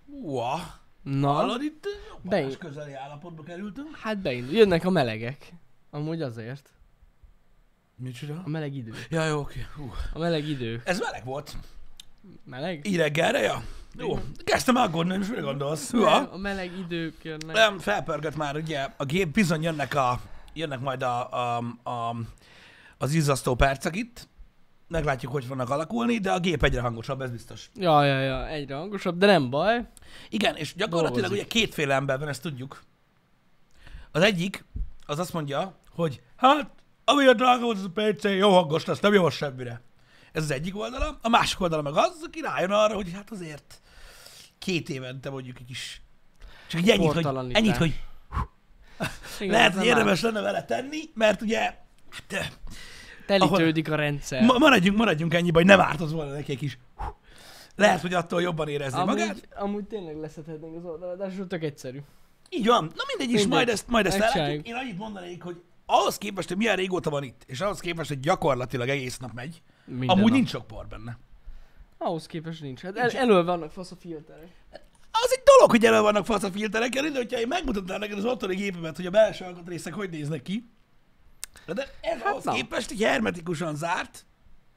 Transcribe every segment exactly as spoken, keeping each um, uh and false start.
Uha. Na, Hallod, itt Bein- jobban közeli állapotba kerültünk. hát beindul. Jönnek a melegek. Amúgy azért. Micsoda? A meleg idő. Ja, jó, oké. Hú. A meleg idő. Ez meleg volt. Meleg? Így reggelre, ja? Jó. Kezdtem aggódni, és mire gondolsz? Ne, Húha. a meleg idők jönnek. Nem, felpörgött már, ugye, a gép, bizony jönnek, a, jönnek majd a, a, a, az izzasztó percek itt. Meglátjuk, hogy fognak alakulni, de a gép egyre hangosabb, ez biztos. Ja, ja, ja, egyre hangosabb, de nem baj. Igen, és gyakorlatilag Dolgozik. ugye kétféle ember van, ezt tudjuk. Az egyik, az azt mondja, hogy hát, amilyen drága volt ez a pé cé, jó hangos lesz, nem jó semmire. Ez az egyik oldala. A másik oldala meg az, aki rájön arra, hogy hát azért két évente mondjuk egy kis... Csak így ennyit, hogy, Portalanítás. ennyit, hogy Igen, lehet, ez hogy nem érdemes lenne vele tenni, mert ugye... Hát, áll. Telítődik a rendszer. ma, maradjunk, maradjunk ennyibe, hogy nem ártott volna neki egy kis... Lehet, hogy attól jobban érezni magát. amúgy, amúgy tényleg leszedhetnénk az oldaladásról, tök egyszerű. Így van. Na mindegy is, Mindegy. majd ezt, majd ezt Megcsináljuk. ellátjuk. Én annyit mondanék, hogy ahhoz képest, hogy milyen régóta van itt, és ahhoz képest, hogy gyakorlatilag egész nap megy, Minden amúgy nap. nincs sok por benne. Ahhoz képest nincs. Hát el, Nincs. elől vannak fasz a filterek. Az egy dolog, hogy elő vannak fasz a filterek, de hogyha én megmutatnám neked az otthoni gépemet, hogy a belső alkatrészek hogy néznek ki, de ez Hát ahhoz na. képest egy hermetikusan zárt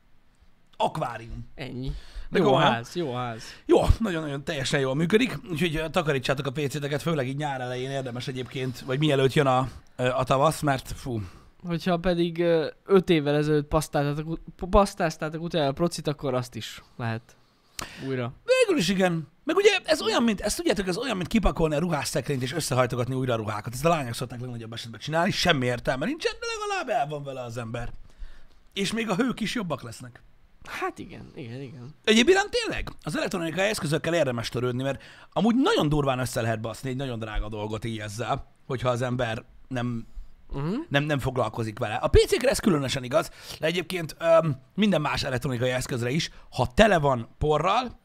akvárium. Ennyi. De Jó komolyan. ház, jó ház. Jó, nagyon-nagyon teljesen jól működik, úgyhogy takarítsátok a pé céteket, főleg így nyár elején érdemes egyébként, vagy mielőtt jön a, a tavasz, mert fú, Hogyha pedig ö, öt évvel ezelőtt pasztáztátok, ut- pasztáztátok utána a procit, akkor azt is lehet újra. végül is igen. Meg ugye ez olyan, mint, ezt tudjátok, ez olyan, mint kipakolni a ruhásszekrényt és összehajtogatni újra a ruhákat. Ezt a lányok szokták legnagyobb esetben csinálni, semmi értelme nincsen, de legalább el van vele az ember. És még a hők is jobbak lesznek. Hát igen, igen, igen. Egyébként tényleg, az elektronikai eszközökkel érdemes törődni, mert amúgy nagyon durván össze lehet baszni egy nagyon drága dolgot így ezzel, hogyha az ember nem, Uh-huh. nem, nem foglalkozik vele. A pé cékre ez különösen igaz, de egyébként öm, minden más elektronikai eszközre is, ha tele van porral,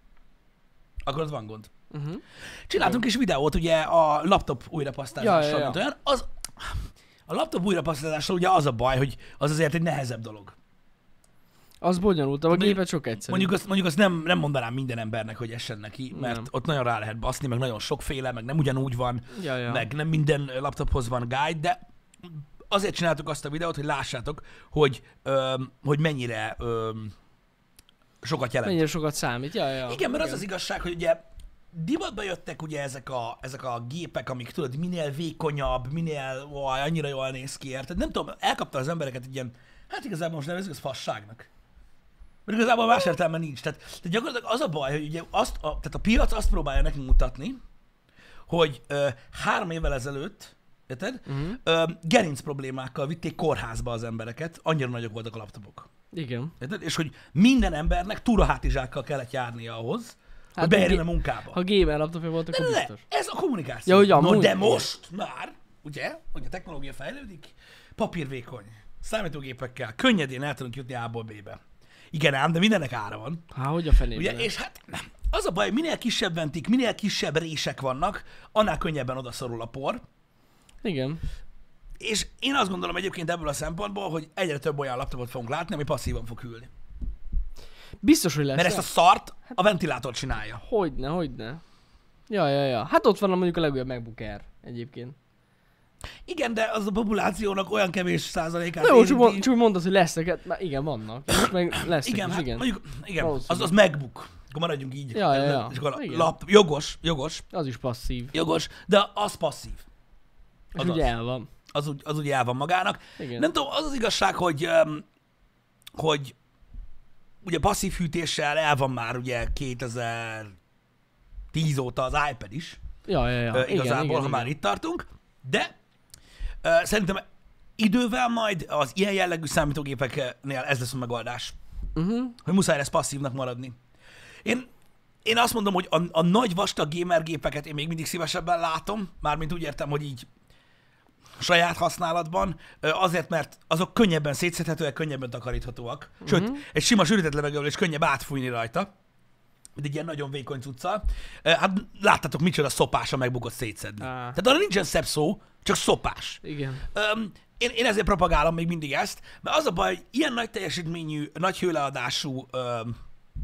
akkor az van gond. Uh-huh. Csináltunk is videót ugye a laptop újrapasztázásról, Ja, ja, ja. mint olyan. Az, a laptop újrapasztázással ugye az a baj, hogy az azért egy nehezebb dolog. Az bonyolultabb, a Mondjuk- gépet sok egyszerű. Mondjuk azt, mondjuk azt nem, nem mondanám minden embernek, hogy essen neki, mert Nem. ott nagyon rá lehet baszni, meg nagyon sokféle, meg nem ugyanúgy van, Ja, ja. meg nem minden laptophoz van guide, de azért csináltuk azt a videót, hogy lássátok, hogy, öm, hogy mennyire öm, sokat jelent. Mennyire sokat számít, ja, ja. Igen, mert az az igazság, hogy ugye divatba jöttek ugye ezek a, ezek a gépek, amik tudod, minél vékonyabb, minél, ó, annyira jól néz ki, érted? Nem tudom, elkapta az embereket egy ilyen, hát igazából most nevezzük ezt fasságnak. Mert igazából más értelme nincs. Tehát, tehát gyakorlatilag az a baj, hogy ugye azt, a, tehát a piac azt próbálja nekünk mutatni, hogy ö, három évvel ezelőtt, érted? Uh-huh. Ö, gerinc problémákkal vitték kórházba az embereket, annyira nagyok voltak a laptopok. Igen. Érted? És hogy minden embernek túrahátizsákkal kellett járnia ahhoz, Hát, hogy beérjen a ha munkába. Ha gamer laptopja volt, De, akkor de, de, biztos. ez a kommunikáció. Ja, hogy no, amúgy- de most már, ugye, hogy a technológia fejlődik, papírvékony, számítógépekkel könnyedén el tudunk jutni A-ból B-be. Igen ám, de mindennek ára van. Há, hogy a fenében? Ugye, és hát nem. Az a baj, hogy minél kisebb ventik, minél kisebb rések vannak, annál könnyebben odaszorul a por. Igen. És én azt gondolom egyébként ebből a szempontból, hogy egyre több olyan laptopot fogunk látni, ami passzívan fog hűlni. Biztos, hogy lesz. Mert ezt a szart a ventilátor csinálja. Hogyne, hogyne. Ja, ja, ja. Hát ott van mondjuk a legújabb MacBook Air egyébként. Igen, de az a populációnak olyan kevés százalékát Na jó, csak, érinti. mond, csak mondod, hogy lesznek, hát már igen, vannak. És meg lesznek Igen, is, hát igen. mondjuk, igen, az, Valószínű. az MacBook. Akkor maradjunk így. Ja, ja, ja. És akkor a Igen. laptop, jogos, jogos, Az is passzív. jogos, de az passzív. És Az ugye az. el van. Az úgy, az úgy el van magának. Igen. Nem tudom, az az igazság, hogy, öm, hogy ugye passzív hűtéssel el van már ugye kétezer-tíz óta az iPad is. Ja, ja, ja. Ö, Igen, igazából, igen, ha már igen. itt tartunk. De ö, szerintem idővel majd az ilyen jellegű számítógépeknél ez lesz a megoldás. Uh-huh. Hogy muszáj lesz passzívnak maradni. Én, én azt mondom, hogy a, a nagy vastag gamer gépeket én még mindig szívesebben látom, mármint úgy értem, hogy így saját használatban, ö, azért, mert azok könnyebben szétszedhetőek, könnyebben takaríthatóak. Sőt, Mhm. egy sima sűrített levegővel is könnyebb átfújni rajta, mint egy ilyen nagyon vékony cuccal. Ö, Hát láttatok, micsoda szopás a megbukott szétszedni. Á. Tehát arra nincsen szebb szó, csak szopás. Igen. Öm, én, én ezért propagálom még mindig ezt, mert az a baj, hogy ilyen nagy teljesítményű, nagy hőleadású öm,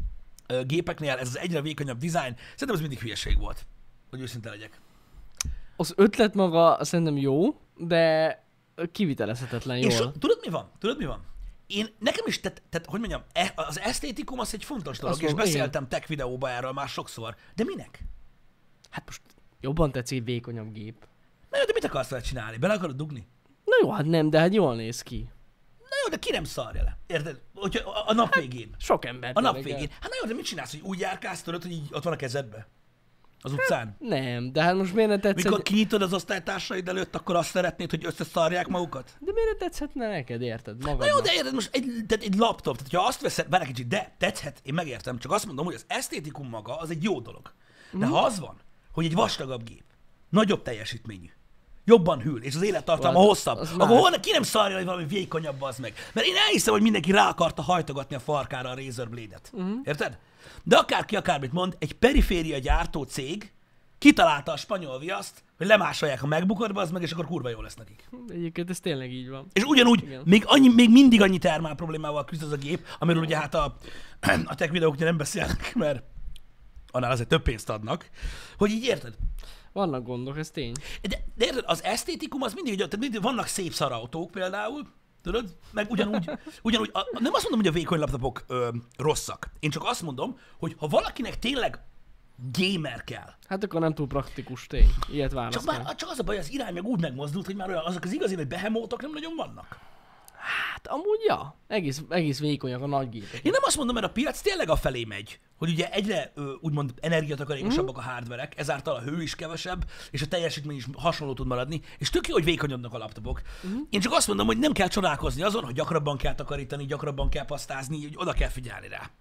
ö, gépeknél ez az egyre vékonyabb dizájn, szerintem ez mindig hülyeség volt, hogy őszinte legyek. Az ötlet maga szerintem jó, de kivitelezhetetlen jól. És so, tudod mi van? Tudod mi van? Én, nekem is, tehát, tehát hogy mondjam, e, az esztétikum az egy fontos dolog, Azt és mondom, beszéltem tech videóba erről már sokszor. De minek? Hát most jobban tetszik egy vékonyabb gép. Na jó, de mit akarsz vele csinálni? Bele akarod dugni? Na jó, hát nem, de hát jól néz ki. Na jó, de ki nem szarja le? Érted? Hogyha a, a nap végén. Sok ember. A nap tényleg végén. Hát na jó, de mit csinálsz, hogy úgy járkálsz, tudod, hogy így ott van a kezedbe? Az utcán? Nem, de hát most miért ne tetszett... Mikor kinyitod az osztálytársaid előtt, akkor azt szeretnéd, hogy összeszarják magukat? De miért ne tetszhetne neked, érted? Magadnak. Na jó, de érted, most egy, tehát egy laptop, tehát ha azt veszed, várj egy kicsit, de tetszhet, én megértem, csak azt mondom, hogy az esztétikum maga az egy jó dolog. De Mhm. ha az van, hogy egy vastagabb gép, nagyobb teljesítményű, jobban hűl, és az élettartalma Hát, hosszabb, az akkor már- holnap ki nem szarja, hogy valami vékonyabb az meg. Mert én elhiszem, hogy mindenki rá akarta hajtogatni a farkára a Razer Blade-et. Mhm. Érted? De akárki akármit mond, egy periféria gyártó cég kitalálta a spanyol viaszt, hogy lemásolják a MacBookotba, az meg, és akkor kurva jó lesz nekik. Egyébként ez tényleg így van. És ugyanúgy, Igen. még, annyi, még mindig annyi termál problémával küzd az a gép, amiről ugye hát a, a tech videók ugye nem beszélnek, mert annál azért több pénzt adnak, hogy így érted. Vannak gondok, ez tény. De, de érted, az esztétikum az mindig, tehát mindig vannak szép szarautók például, tudod? Meg ugyanúgy, ugyanúgy a, nem azt mondom, hogy a vékony laptopok ö, rosszak. Én csak azt mondom, hogy ha valakinek tényleg gamer kell, Hát akkor nem túl praktikus tény. Ilyet csak, választani. már, csak az a baj, az irány meg úgy megmozdult, hogy már olyan, azok az igazi, hogy behemótok nem nagyon vannak. Hát amúgy ja, egész, egész vékonyak a nagy gépek. Én nem azt mondom, mert a piac tényleg afelé megy, hogy ugye egyre ö, úgymond energiatakarékosabbak a hardverek, ezáltal a hő is kevesebb, és a teljesítmény is hasonló tud maradni, és tök jó, hogy vékonyodnak a laptopok. Én csak azt mondom, hogy nem kell csodálkozni azon, hogy gyakrabban kell takarítani, gyakrabban kell pasztázni, hogy oda kell figyelni rá.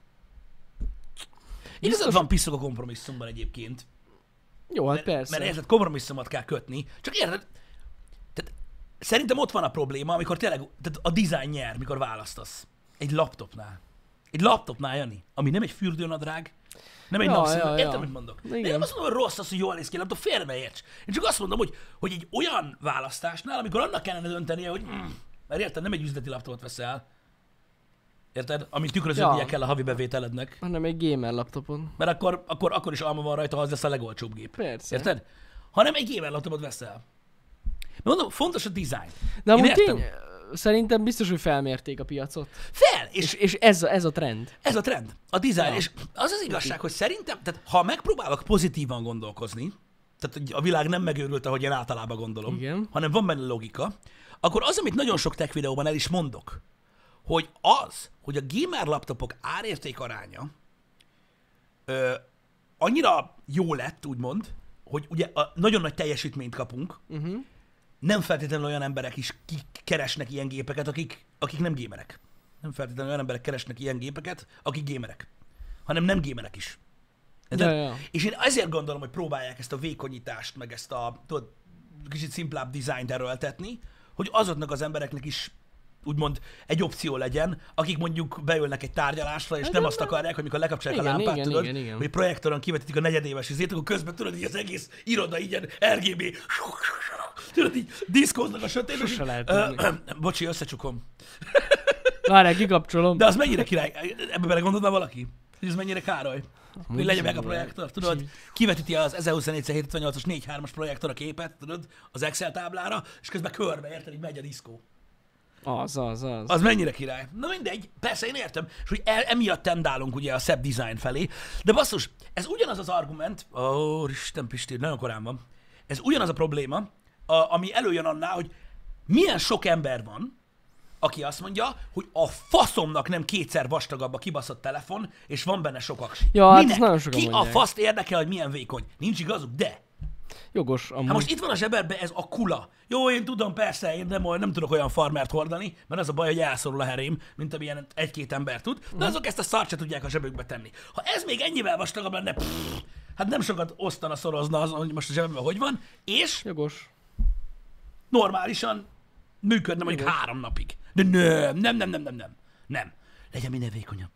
Igazad van, piszok a kompromisszumban egyébként. Jó, hát Mert, persze. mert érted, kompromisszumot kell kötni. Csak érted, tehát szerintem ott van a probléma, amikor tényleg tehát a design nyer, mikor választasz. Egy laptopnál. Egy laptopnál, Jani, ami nem egy fürdőnadrág, nem egy Ja, napszemüveg. ja, Értem, ja. mit mondok? Igen. De én nem azt mondom, hogy rossz az, hogy jól néz ki a laptop, félre ne érts. Én csak azt mondom, hogy, hogy egy olyan választásnál, amikor annak kellene döntenie, hogy mm, mert érted, nem egy üzleti laptopot veszel, érted? Amit tükröződnie Ja. kell a havi bevételednek. Hanem egy gamer laptopon. Mert akkor, akkor, akkor is alma van rajta, ha az lesz a legolcsóbb gép. Persze. Érted? Hanem egy gamer laptopot veszel. De mondom, fontos a design. De Én amúgy értem. tény, szerintem biztos, hogy felmérték a piacot. Fel! És, És, és ez, a, ez a trend. ez a trend, a design. Ja. És az az igazság, hogy szerintem, tehát ha megpróbálok pozitívan gondolkozni, tehát hogy a világ nem megőrült, ahogy én általában gondolom, Igen. hanem van benne logika, akkor az, amit nagyon sok tech videóban el is mondok, hogy az, hogy a gamer laptopok árérték aránya ö, annyira jó lett, úgymond, hogy ugye a nagyon nagy teljesítményt kapunk, Uh-huh. nem feltétlenül olyan emberek is ki- keresnek ilyen gépeket, akik, akik nem gémerek. Nem feltétlenül olyan emberek keresnek ilyen gépeket, akik gémerek, hanem nem gémerek is. Érted? Ja, ja. És én ezért gondolom, hogy próbálják ezt a vékonyítást, meg ezt a tudod, kicsit szimplább dizájnt erőltetni, hogy azoknak az embereknek is úgymond egy opció legyen, akik mondjuk beülnek egy tárgyalásra, és Hát nem de- azt akarják, hogy mikor lekapcsolják a Igen, lámpát, igen, tudod, igen, igen. hogy projektoron kivetítik a negyedéves izét, akkor közben tudod, hogy az egész iroda így ilyen er gé bé, tudod, így diszkóznak a sötétben. és Sose így, lehet ö, tudni. Bocsi, összecsukom. Várjál, kikapcsolom. De az mennyire király? Ebbe belegondolt már valaki? Hogy ez mennyire károly? Hogy Amúgy legyen meg a simán. projektor, tudod? Kivetíti az ezerhuszonnégy hetvennyolcas négy hármas projektor a képet, tudod? Az Excel táblára, és közben körbe, érted, így megy a diszkó. Az, az, az. Az mennyire király? Na mindegy, persze én értem, és hogy el, emiatt tendálunk ugye a szebb design felé, de basszus, ez ugyanaz az argument, ó, Isten Pisti, nagyon korán van, ez ugyanaz a probléma, a, ami előjön annál, hogy milyen sok ember van, aki azt mondja, hogy a faszomnak nem kétszer vastagabb a kibaszott telefon, és van benne sok aksi. Ja, hát Minek? ezt nagyon sokan Ki a mondják. faszt érdekel, hogy milyen vékony? Nincs igazuk, de Jogos, amúgy. hát most itt van a zsebedben ez a kula. Jó, én tudom, persze, én nem, nem tudok olyan farmert hordani, mert az a baj, hogy elszorul a herém, mint amilyen egy-két ember tud, de azok ezt a szart se tudják a zsebükbe tenni. Ha ez még ennyivel vastagabb lenne, pff, hát nem sokat osztana, szorozna az, hogy most a zsebemben hogy van, és Jogos. normálisan működne mondjuk Jogos. három napig. De nem, nem, nem, nem, nem, nem. Nem. Legyen minél vékonyabb.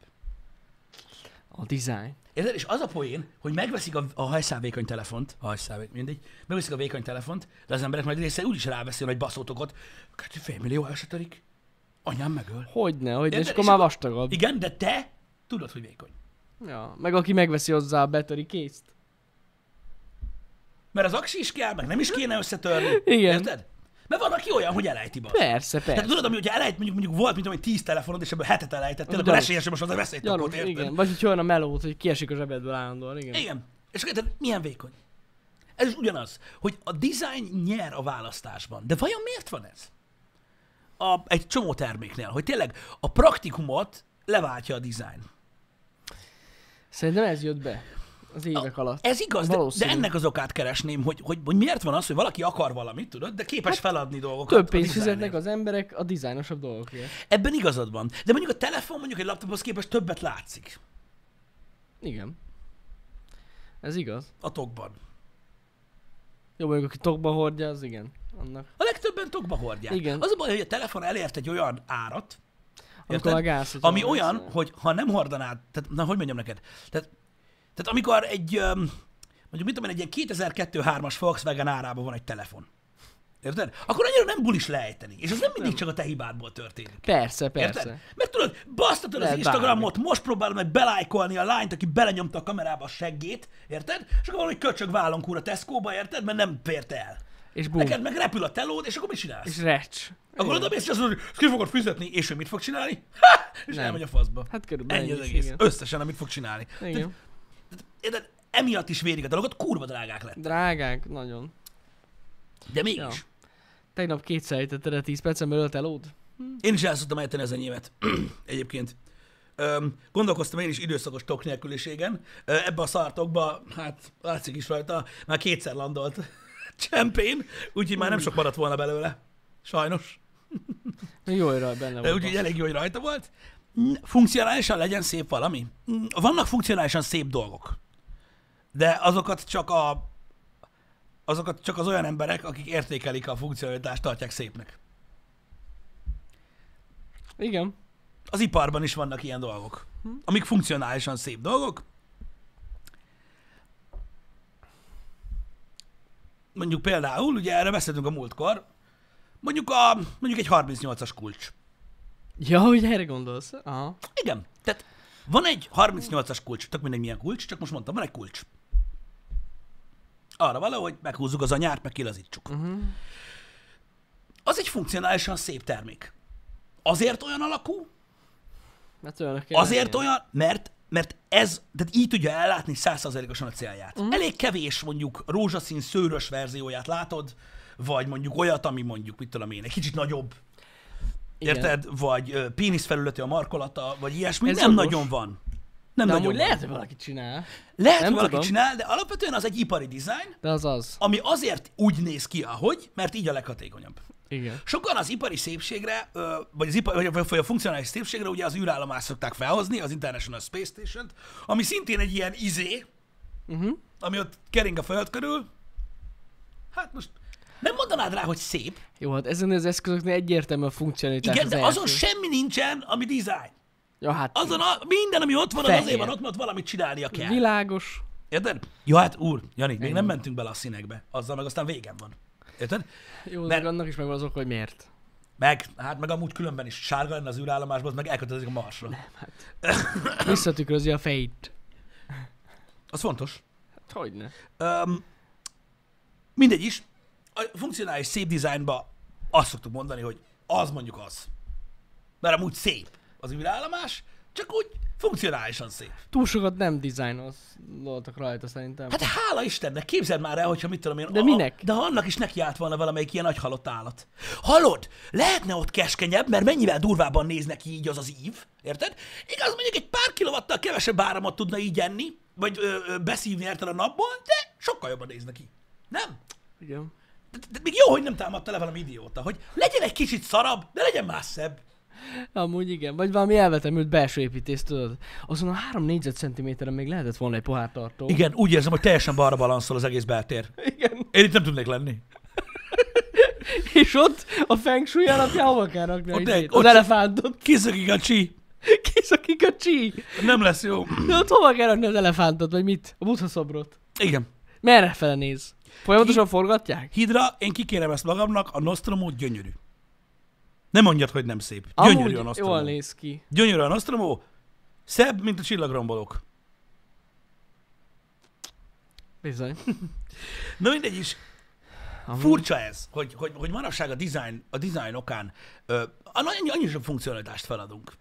A design. Érted? És az a poén, hogy megveszik a, a hajszálvékony telefont, a hajszálvékony, mindegy, megveszik a vékony telefont, de az emberek nagy része úgyis ráveszi a nagy baszótokot, kettő fél millió el se törik. Anyám megöl. Hogyne, hogyne, és Érted? akkor És már akkor- vastagabb. Igen, de te tudod, hogy vékony. Ja, meg aki megveszi hozzá a battery case-t. Mert az aksi is kell, meg nem is kéne összetörni. Igen. Érted? Mert van, aki olyan, hogy elejti basz. Persze, persze. Tehát tudod, ami, hogyha elejt, mondjuk, mondjuk volt, mint amely tíz telefonod, és ebből hetet elejtettél, akkor Gyanús. esélyesen most az a veszélytapot, Gyanús, érted? igen. Vagy hogy olyan a melót, hogy kiesik a zsebedből állandóan, igen. Igen. És akkor érted, milyen vékony? Ez is ugyanaz, hogy a design nyer a választásban. De vajon miért van ez? A, egy csomó terméknél, hogy tényleg a praktikumot leváltja a design. Szerintem ez jött be az évek alatt. Ez igaz, de, de Valószínű. ennek az okát keresném, hogy, hogy, hogy miért van az, hogy valaki akar valamit, tudod, de képes feladni dolgokat. Több a pénzt designért. fizetnek az emberek a dizájnosabb dolgokért. Ebben igazad van. De mondjuk a telefon, mondjuk egy laptophoz képest többet látszik Igen. Ez igaz. a tokban. Jó, mondjuk aki tokba hordja, az igen. Annak. A legtöbben tokba hordják. Igen. Az a baj, hogy a telefon elért egy olyan árat, Amikor érted? a gáz, hogy ami van, olyan, ez- hogy ha nem hordanád, tehát, na hogy mondjam neked, tehát, tehát amikor egy, öm, mondjuk mit tudom én, egy ilyen kétezer-kettő-hármas Volkswagen árában van egy telefon, érted? Akkor annyira nem bulis lejteni, és az nem mindig csak a te hibádból történik. Persze, persze. Érted? Mert tudod, basztatod az Lehet Instagramot, most próbálom meg belájkolni a lányt, aki belenyomta a kamerába a seggét, érted? És akkor valami köcsög vállon a Tesco-ba, érted? Mert nem férte el. És bum. Neked meg repül a telód, és akkor mit csinálsz? És recs. Akkor oda mész, és azt mondod, hogy ezt ki fogod fizetni, és ő mit fog csinálni? Ha! És Nem. elmegy a faszba. Hát körülbelül Ennyi az ennyi, egész. igen. Összesen, amit fog csinálni. Igen. Tehát, tehát, emiatt is vérik a dolgot, kurva drágák lett. Drágák, nagyon. De mégis. Ja. Tegnap kétszer ejtetted el tíz percen belül a telód? Én is el szoktam ejteni az enyémet. Egyébként. Öm, gondolkoztam én is időszakos tok nélküliségen. Ö, ebbe a szartokba, hát látszik is rajta, már kétszer landolt csempén, úgyhogy már nem sok maradt volna belőle. Sajnos. Még jó, hogy rajta benne De volt. úgyhogy elég jó, hogy rajta volt. Mm, Funkcionálisan legyen szép valami. Mm, Vannak funkcionálisan szép dolgok. De azokat csak a azokat csak az olyan emberek, akik értékelik a funkcionalitást, tartják szépnek. Igen. Az iparban is vannak ilyen dolgok, amik funkcionálisan szép dolgok. Mondjuk például, ugye erre beszéltünk a múltkor, mondjuk, a, mondjuk egy harmincnyolcas kulcs. Ja, hogy erre gondolsz? Aha. Igen, tehát van egy harmincnyolcas kulcs, tök mindegy milyen kulcs, csak most mondtam, van egy kulcs. Arra való, hogy meghúzzuk az anyárt, meg kilazítsuk. Uh-huh. Az egy funkcionálisan szép termék. Azért olyan alakú, Mert olyanok kell azért lennie. olyan, mert, mert ez, tehát így tudja ellátni száz százalékosan a célját. Mhm. Uh-huh. Elég kevés mondjuk rózsaszín szőrös verzióját látod, vagy mondjuk olyat, ami mondjuk, mit tudom én, egy kicsit nagyobb, Igen. érted? Vagy ö, péniszfelületi a markolata, vagy ilyesmi. Ez nem jogos. nagyon van. Nem De nagyon amúgy van. lehet, hogy valaki csinál. Lehet, nem hogy valaki tudom. csinál, de alapvetően az egy ipari design, De az az. ami azért úgy néz ki, ahogy, mert így a leghatékonyabb. Igen. Sokan az ipari szépségre, ö, vagy, az ipari, vagy vagy a funkcionális szépségre ugye az űrállomást szokták felhozni, az International Space Station-t, ami szintén egy ilyen izé, Uh-huh. ami ott kering a föld körül. Hát most nem mondanád rá, hogy szép. Jó, hát ezen az eszközöknél egyértelmű a funkcionalitás. Igen, az de első. azon semmi nincsen, ami design. Ja, hát Azon a, minden, ami ott van, az Fehér. azért van ott, mert valamit csinálnia kell. világos. Érted? Ja, hát úr, Jani, még Ennyi. nem mentünk bele a színekbe. Azzal meg aztán végem van. Érted? Jó, Mert- meg annak is megvan az ok, hogy miért. Meg, hát meg amúgy különben is sárga lenne az űrállomásban, az meg elkötelezik a Marsra. Visszatükrözi a fejét. Az fontos. Hát hogyne. Um, mindegy is, a funkcionális szép dizájnba azt szoktuk mondani, hogy az mondjuk az. Mert amúgy szép az űrállomás, csak úgy funkcionálisan szép. Túl sokat nem dizájnoltak rajta szerintem. Hát hála Istennek, képzeld már el, hogyha mit tudom én. De a, minek? A, de ha annak is nekiállt volna valamelyik ilyen nagy halott állat. Hallod? Lehetne ott keskenyebb, mert mennyivel durvábban néz neki így az az ív, érted? Igaz, mondjuk egy pár kilovattal kevesebb áramot tudna így enni, vagy ö, ö, beszívni érted a napból, de sokkal jobban néz neki. Nem? Igen. De, de még jó, hogy nem támadta le valami idióta, hogy legyen egy kicsit szarabb, de legyen más szebb. Amúgy igen. Vagy valami elvetemült belső építész, tudod. Azon a három négyzetcentiméteren még lehetett volna egy pohártartó. Igen, úgy érzem, hogy teljesen balra balanszol az egész beltér. Igen. Én itt nem tudnék lenni. És ott a feng shui alapján hova kell rakni a Ott izét? egy- Az ott- elefántot. Kiszökik a csí. Kiszakik a csí. Nem lesz jó. De ott hova kell rakni az elefántot, vagy mit? A Buddha szobrot. Igen. Merre fele néz? Folyamatosan forgatják? Hidra, én kikérem ezt magamnak, a Nostromo gyönyörű. Nem mondjad, hogy nem szép. Gyönyörű a Amúgy Nostromo. jól néz ki. Gyönyörű a Nostromo. Szebb, mint a csillagrombolók. Bizony. Na mindegy is, Amúgy. furcsa ez, hogy, hogy, hogy manapság a design, a design okán ö, annyi, annyi sok funkcionalitást feladunk.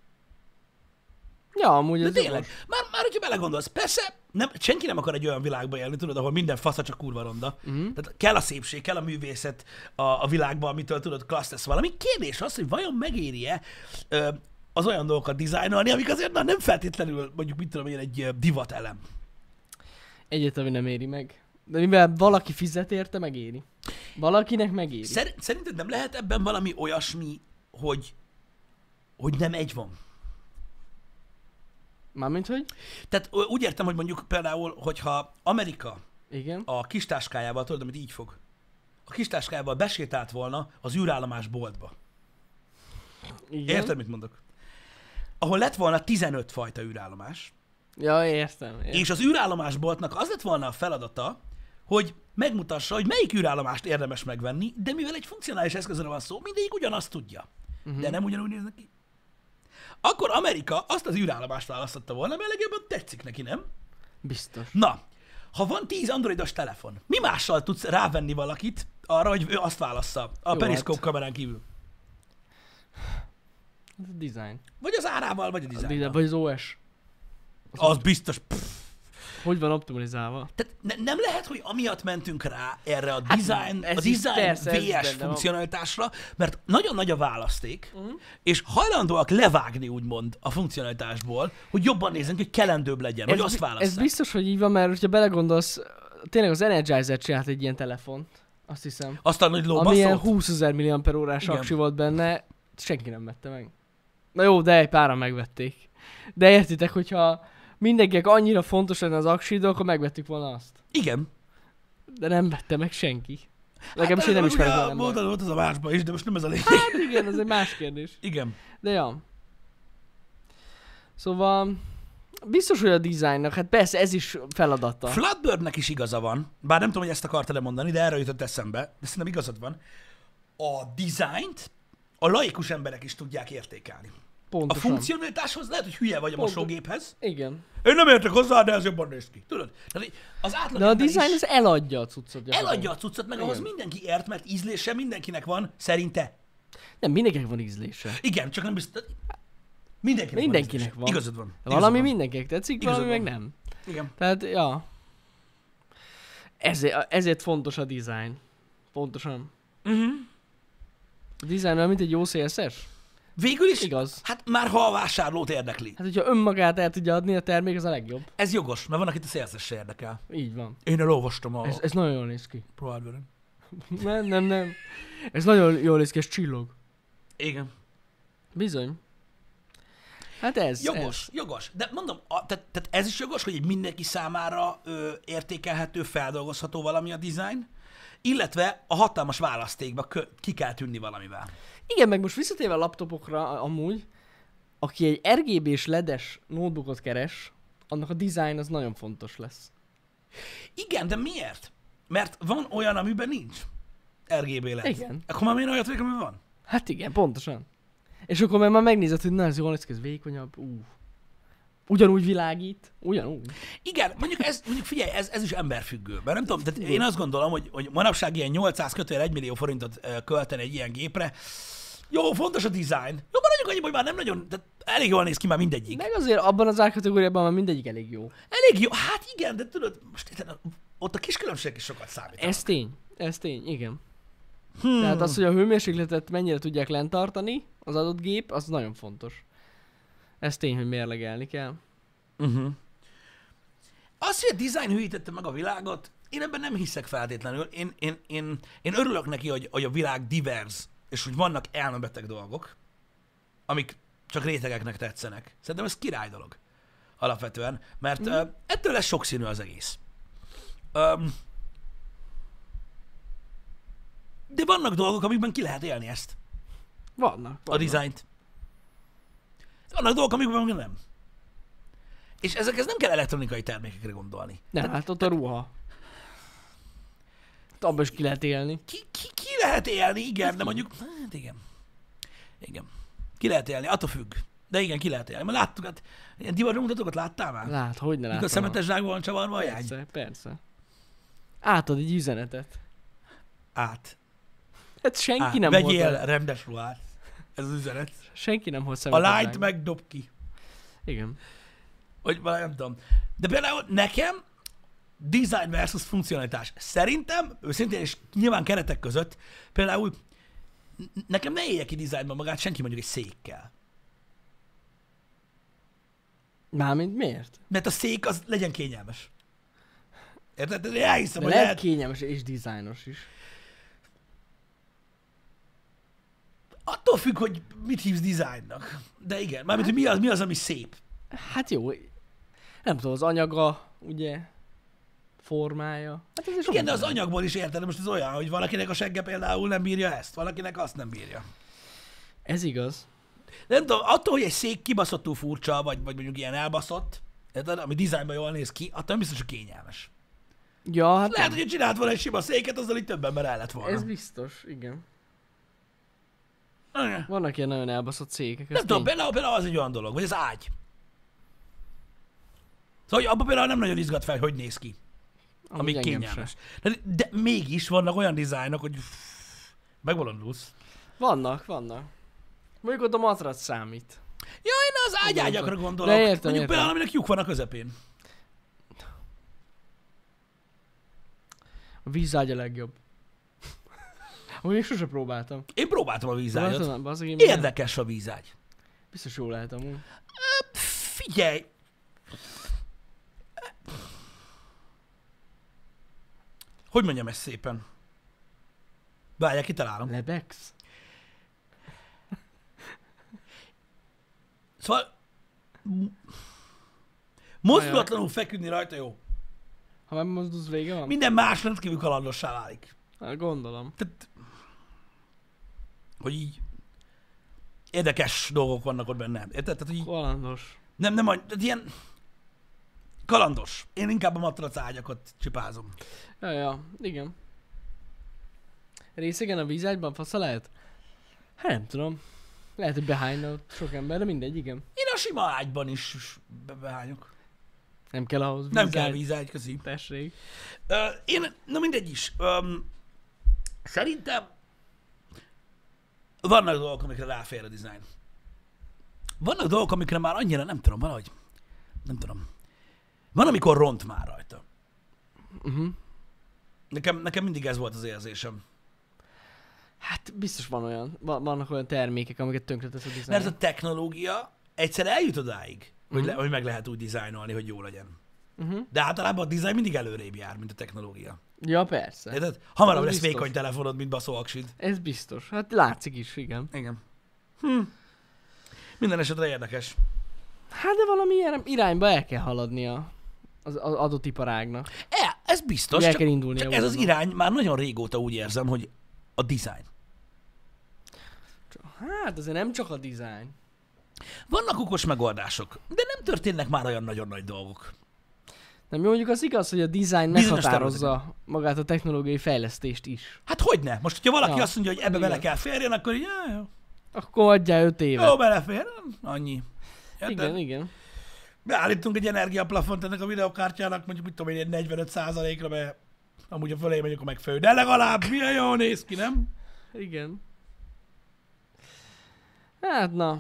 Ja, amúgy De ez tényleg, jogos. már, már hogyha belegondolsz, persze, nem, senki nem akar egy olyan világba élni, tudod, ahol minden fasza csak kurva ronda. Mhm. Tehát kell a szépség, kell a művészet a, a világban, amitől tudod, klassz lesz valami. Kérdés az, hogy vajon megéri-e ö, az olyan dolgokat dizájnolni, amik azért na, nem feltétlenül, mondjuk, mit tudom én, egy ö, divat elem. Egyáltalán nem éri meg. De mivel valaki fizet érte, megéri. Valakinek megéri. Szer- szerinted nem lehet ebben valami olyasmi, hogy, hogy nem egy van? Mármint, hogy? Tehát ö, úgy értem, hogy mondjuk például, hogyha Amerika Igen. a kistáskájával, tudod, amit így fog, a kistáskájával besétált volna az űrállomás boltba. Igen. Érted, mit mondok? Ahol lett volna tizenöt fajta űrállomás, Ja, értem. értem. és az űrállomás boltnak az lett volna a feladata, hogy megmutassa, hogy melyik űrállomást érdemes megvenni, de mivel egy funkcionális eszközről van szó, mindegyik ugyanazt tudja. Uh-huh. De nem ugyanúgy néznek ki. Akkor Amerika azt az űrállomást választotta volna, mert legjobban tetszik neki, nem? Biztos. Na, ha van tíz androidos telefon, mi mással tudsz rávenni valakit arra, hogy ő azt válassza a Jó, periszkóp hát. kamerán kívül? Ez a design. Vagy az árával, vagy a A dizájnnal. design. Vagy az o es. Az biztos. Pff. Hogy van optimalizálva? Tehát ne, nem lehet, hogy amiatt mentünk rá erre a Hát, design, ez a is design persze, ez is vé es benne van. funkcionalitásra, mert nagyon nagy a választék, Mhm. és hajlandóak levágni úgymond a funkcionalitásból, hogy jobban nézzen, hogy kelendőbb legyen, hogy ez, azt bi- válasszák. ez biztos, hogy így van, mert ha belegondolsz, tényleg az Energizer csinált egy ilyen telefont. Azt hiszem. Azt a nagy Ami ilyen lóbaszót? húszezer milliampere-órás Igen. aksi volt benne, senki nem vette meg. Na jó, de egy páran megvették. De értitek, hogyha mindenkinek annyira fontos lenne az aksi, akkor megvettük volna azt. Igen. De nem vette meg senki. Legalábbis Hát, én nem ismerek ugye, velem. volt, volt az a másban is, de most nem ez a lényeg. Hát igen, ez egy más kérdés. Igen. De ja. Szóval biztos, hogy a designnak, hát persze ez is feladata. Flatbirdnek is igaza van, bár nem tudom, hogy ezt akartad-e mondani, de erről jutott eszembe, de szerintem igazad van. A dizájnt a laikus emberek is tudják értékelni. A Pontosan. funkcionalitáshoz lehet, hogy hülye vagy a Pontos. mosógéphez. Igen. Én nem értek hozzá, de ez jobban néz ki. Tudod? Tehát az átlag De a ember design is az eladja a cuccot. eladja a cuccot, meg ahhoz Igen. mindenki ért, mert ízlése mindenkinek van, szerinte. Nem, mindenkinek van ízlése. Igen, csak nem biztos. Mindenkinek, Mindenkinek van. van. ízlése. Igazad van. Igazad Valami van. mindenkinek tetszik, Igazad valami van. meg nem. Igen. Tehát, ja. Ezért, ezért fontos a design. Pontosan. Uh-huh. A design olyan, mint egy jó cé es es? Végül is, Igaz. hát már ha a vásárlót érdekli. Hát, hogyha önmagát el tudja adni a termék, az a legjobb. Ez jogos, mert van, akit a szélszes se érdekel. Így van. Én elolvastam a Ez, ez nagyon jól néz ki. Prohardveren. Nem, nem, nem. Ez nagyon jól néz ki, ez csillog. Igen. Bizony. Hát ez. Jogos, Ez. jogos. De mondom, a, tehát, tehát ez is jogos, hogy egy mindenki számára ö, értékelhető, feldolgozható valami a design, illetve a hatalmas választékba kö, ki kell tűnni valamivel. Igen, meg most visszatérve a laptopokra amúgy, aki egy er gé bé-s ledes notebookot keres, annak a design az nagyon fontos lesz. Igen, de miért? Mert van olyan, amiben nincs er gé bé led. Igen. Akkor már miért olyat, amiben van? Hát igen, pontosan. És akkor meg már megnézed, hogy na ez jól néz ki, ez vékonyabb, ú. Ugyanúgy világít, ugyanúgy. Igen, mondjuk ez, mondjuk figyelj, ez, ez is emberfüggő. Mert nem tudom, tehát én azt gondolom, hogy, hogy manapság ilyen nyolcszáz kötőjel egy millió forintot ö, költeni egy ilyen gépre. Jó, fontos a design. Jó, maradjunk annyi, hogy már nem nagyon, tehát elég jól néz ki már mindegyik. Meg azért abban az árkategóriában már mindegyik elég jó. Elég jó, hát igen, de tudod, most érted, ott a kis különbség is sokat számít. Ez tény, ez tény, igen. Hmm. Tehát az, hogy a hőmérsékletet mennyire tudják lent tartani az adott gép, az nagyon fontos. Ez tény, hogy mérlegelni kell. Uh-huh. Az, hogy a design hűítette meg a világot, én ebben nem hiszek feltétlenül. Én, én, én, én örülök neki, hogy, hogy a világ divers, és hogy vannak elmebeteg dolgok, amik csak rétegeknek tetszenek. Szerintem ez király dolog. Alapvetően, mert mm. uh, ettől lesz sokszínű az egész. Um, de vannak dolgok, amikben ki lehet élni ezt. Vannak. vannak. A dizájnt. Vannak dolgok, amikben meg nem. És ezekhez nem kell elektronikai termékekre gondolni. Nem, hát ott a ruha. Hát abban is ki lehet élni. Ki, ki, ki lehet élni, igen, de mondjuk, hát igen. Igen. Ki lehet élni, attól függ. De igen, ki lehet élni. Mert láttuk, hát ilyen divatmutatókat láttál már? Lát, hogy ne Mikor látom. szemetes zsákban van csavarva a jány? Persze, persze. Átad egy üzenetet. Át. Hát senki Át. nem Vegyél hozza. rendes ruhát. Ez az üzenet. Senki nem hoz A szemet lányt hozzánk. megdob ki. Igen. Vagy valami, nem tudom. De például nekem design versus funkcionalitás. Szerintem, őszintén és nyilván keretek között, például n- nekem ne élje ki designban magát senki mondjuk egy székkel. Mármint miért? Mert a szék az legyen kényelmes. Érted? Én elhiszem, De hogy lehet lehet... kényelmes és dizájnos is. Attól függ, hogy mit hívsz designnak. De igen, mármint, hogy mi az, mi az, ami szép. Hát jó. Nem tudom, az anyaga, ugye, formája. Hát ez is Igen, de az olyan. anyagból is érted, most ez olyan, hogy valakinek a segge például nem bírja ezt, valakinek azt nem bírja. Ez igaz. De nem tudom, attól, hogy egy szék kibaszottul furcsa, vagy, vagy mondjuk ilyen elbaszott, érted, ami dizájnban jól néz ki, attól nem biztos, hogy kényelmes. Ja, hát Lehet, hogy csinált volna egy sima széket, azzal itt több ember el lett volna. ez biztos, igen. Nem Vannak ilyen nagyon elbaszott cégek. ez tudom, tény. például, például az egy olyan dolog, vagy az ágy. Szóval, hogy abban például nem nagyon izgat fel, hogy hogy néz ki. Ami engem kényelmes. De, de mégis vannak olyan dizájnok, hogy pff, megbolondulsz. Vannak, vannak. Mondjuk ott a matrac számít. Ja, én az ágyágyakra gondolok. De értem, Mondjuk értem. például, aminek lyuk van a közepén. A vízágy a legjobb. Amúgy még sose próbáltam. Én próbáltam a vízágyat. Próbáltam, bazzeg, én még nem. Érdekes a vízágy. Biztos jó lehet amúgy. Figyelj! Hogy mondjam ezt szépen? Várjál, kitalálom. Lebegsz? Szóval... Mozdulatlanul feküdni rajta jó. Ha már mozdulsz, vége van? Minden más rendkívül kalandossá válik. Hát gondolom. Tehát... Hogy így... Érdekes dolgok vannak ott benne. Érted? Tehát, hogy így... Kalandos. Nem, nem, tehát ilyen... Kalandos. Én inkább a matrac ágyakat csipázom. Ja, ja, igen. Részegen a vízágyban fasza lehet? Hát nem tudom. Lehet, hogy behányna ott sok ember, de mindegy, igen. Én a sima ágyban is be- behányok. Nem kell ahhoz vízágy. Nem kell vízágy, köszi. Tessék. Ö, én, na mindegy is. Öm, szerintem vannak dolgok, amikre ráfér a design. Vannak dolgok, amikre már annyira nem tudom, valahogy, nem tudom. Van, amikor ront már rajta. Uh-huh. Nekem, nekem mindig ez volt az érzésem. Hát biztos van olyan, va- vannak olyan termékek, amiket tönkretesz a Mert dizájn. ez a technológia egyszer eljut odáig, hogy, Mhm. le, hogy meg lehet úgy dizájnolni, hogy jó legyen. Uh-huh. De általában a design mindig előrébb jár, mint a technológia. Ja, persze. Érted? Hamarabb Az lesz biztos. vékony telefonod, mint baszó aksid. Ez biztos. Hát látszik is, igen. Igen. Hm. Minden esetre érdekes. Hát de valamilyen irányba el kell haladnia az, az adott iparágnak. E, ez biztos, El csak, kell indulnia csak ez az újonnan. irány már nagyon régóta úgy érzem, hogy a design. Hát azért nem csak a dizájn. Vannak okos megoldások, de nem történnek már olyan nagyon nagy dolgok. Nem, jó, mondjuk az igaz, hogy a dizájn Bizonyos meghatározza magát a technológiai fejlesztést is. Hát hogyne? Most, hogyha valaki Ja, azt mondja, hogy ebbe igen. bele kell férjen, akkor így, ja, jó. Akkor adjál öt évet. Jó, belefér. Annyi. Érted? Igen, igen. Beállítunk egy energiaplafont ennek a videokártyának, mondjuk, mit tudom én, egy negyvenöt százalékra, mert amúgy a fölé megyek, akkor megfő. De legalább milyen jól néz ki, nem? Igen. Hát na.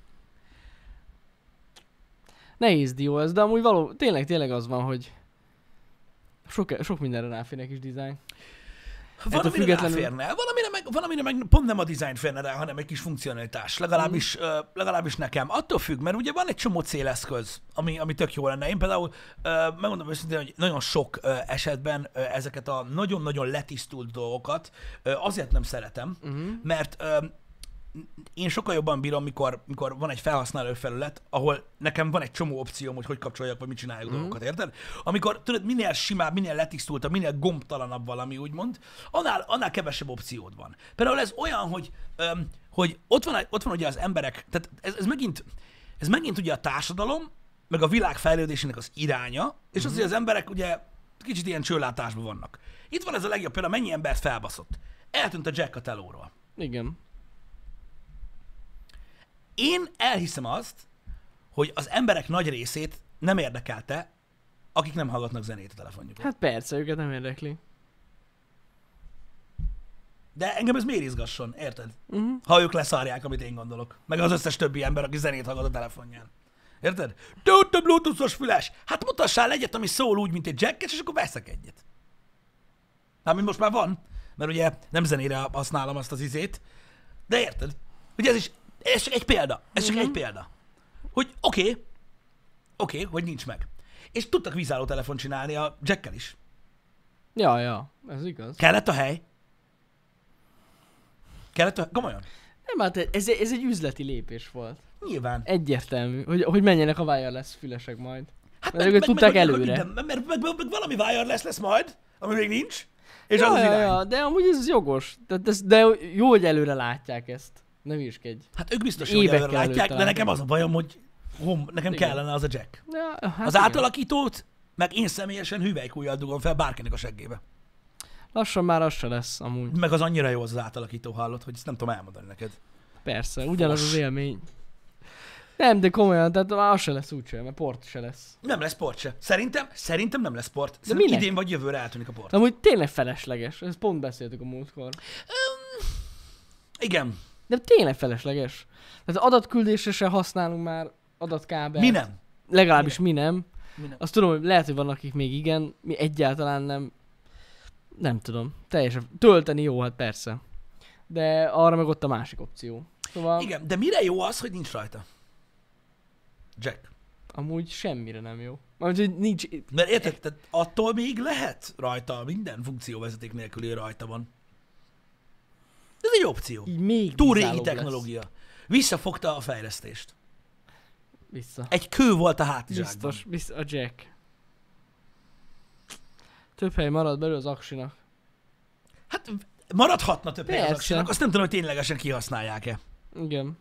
Nehéz dió ez, de amúgy való, tényleg, tényleg az van, hogy sok, sok mindenre ráférnek is dizájn. Van, Ettől amire függetlenül- ráférne, van, amire meg, van, amire meg pont nem a design férne rá, hanem egy kis funkcionalitás. Legalábbis, mm. uh, legalábbis nekem. Attól függ, mert ugye van egy csomó céleszköz, ami, ami tök jó lenne. Én például uh, megmondom őszintén, hogy nagyon sok uh, esetben uh, ezeket a nagyon-nagyon letisztult dolgokat uh, azért nem szeretem, Uh-huh. mert uh, én sokkal jobban bírom, mikor, mikor van egy felhasználó felület, ahol nekem van egy csomó opcióm, hogy hogy kapcsoljak, vagy mit csináljuk mm. dolgokat, érted? Amikor tudod, minél simább, minél letisztultabb, minél gombtalanabb valami, úgymond, annál, annál kevesebb opciód van. Például ez olyan, hogy, öm, hogy ott, van, ott van ugye az emberek, tehát ez, ez, megint, ez megint ugye a társadalom, meg a világ fejlődésének az iránya, és az, hogy az emberek ugye kicsit ilyen csőlátásban vannak. Itt van ez a legjobb például, mennyi embert felbaszott. Eltűnt a Jack a telóról. Igen. Én elhiszem azt, hogy az emberek nagy részét nem érdekelte, akik nem hallgatnak zenét a telefonjukon. Hát persze, őket nem érdekli. De engem ez miért izgasson, érted? Uh-huh. Ha ők leszárják, amit én gondolok. Meg az összes többi ember, aki zenét hallgat a telefonján. Érted? De ott a bluetoothos füles. Hát mutassál egyet, ami szól úgy, mint egy jacket, és akkor veszek egyet. Ami most már van, mert ugye nem zenére használom azt az izét. De érted? Ugye ez is, ez csak egy példa. Ez csak Mhm. egy példa. Hogy oké, okay, oké, okay, hogy nincs meg. És tudtak vízálló telefon csinálni a jackkel is. Ja, ja, ez igaz. Kellett a hely? Kellett a hely? Komolyan? Nem, hát ez, ez egy üzleti lépés volt. Nyilván. Egyértelmű, hogy, hogy menjenek a wireless fülesek majd. Hát Mert ők tudták meg, előre. Minden, mert, mert, meg, meg, meg valami wireless lesz majd, ami még nincs, és Ja, az az ja, irány. ja, de amúgy ez jogos. De, de, de jó, hogy előre látják ezt. Ne hülyeskedj. Hát ők biztos, hogy Évekkel előre látják, előtte de nekem látják. az a bajom, hogy hom, nekem Igen. kellene az a jack. Ja, hát Az igen. átalakítót, meg én személyesen hüvelykújjal dugom fel bárkinek a seggébe. Lassan már az se lesz amúgy. Meg az annyira jó az, az átalakító, hallott, hogy ezt nem tudom elmondani neked. Persze, ugyanaz Fos. az élmény. Nem, de komolyan, tehát már az se lesz úgyse, mert port se lesz. Nem lesz port se. Szerintem, szerintem nem lesz port. De Szerintem minek? idén vagy jövőre eltűnik a port. De amúgy tényleg felesleges, ezt pont beszéltük a múltkor. Igen. De tényleg felesleges. Tehát adatküldésre se használunk már adatkábelt. Mi nem? Legalábbis mi nem. Mi nem? Azt tudom, hogy lehet, hogy vannak, akik még igen, mi egyáltalán nem. Nem tudom. Teljesen. Tölteni jó, hát persze. De arra meg ott a másik opció. Szóval Igen, de mire jó az, hogy nincs rajta? Jack. amúgy semmire nem jó. Mert hogy nincs... Mert érted, tehát attól még lehet rajta, minden funkcióvezeték nélküli rajta van. Ez egy opció. Így még Túl régi vízállóbb lesz. technológia. Visszafogta a fejlesztést. Vissza. Egy kő volt a hátizsákban. Biztos, biztos, a Jack. Több hely marad belőle az aksinak. Hát maradhatna több hely az Persze. aksinak, azt nem tudom, hogy ténylegesen kihasználják-e. Igen.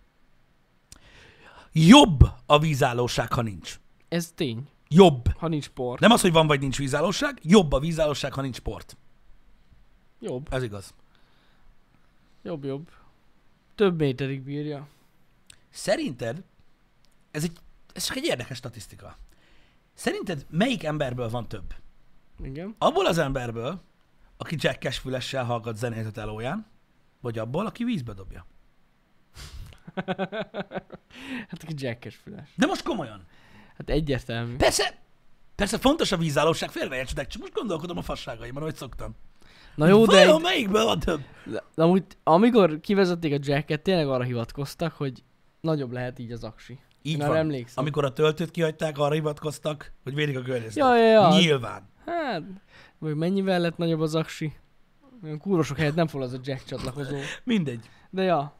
Jobb a vízállóság, ha nincs. Ez tény. Jobb. Ha nincs port. Nem az, hogy van vagy nincs vízállóság, jobb a vízállóság, ha nincs port. Jobb. Ez igaz. Jobb, jobb. Több méterig bírja. Szerinted, ez, egy, ez csak egy érdekes statisztika. Szerinted melyik emberből van több? Igen. Abból az emberből, aki jackes fülessel hallgat zenét a telóján, vagy abból, aki vízbe dobja? Hát aki jackes füles. De most komolyan. Hát egyértelmű. Persze, persze fontos a vízállóság, félreértsetek, csak most gondolkodom a fasságaimban, ahogy szoktam. Na jó, de, Vajon egy, melyikből van több? de amúgy, amikor kivezették a jacket, tényleg arra hivatkoztak, hogy nagyobb lehet így az aksi. Így Én van. arra emlékszem. Amikor a töltőt kihagyták, arra hivatkoztak, hogy védik a környezetet. Ja, ja, ja. Nyilván. Hát, vagy mennyivel lett nagyobb az aksi? Olyan kúrosok helyett nem fog az a jack csatlakozó. Mindegy. De ja.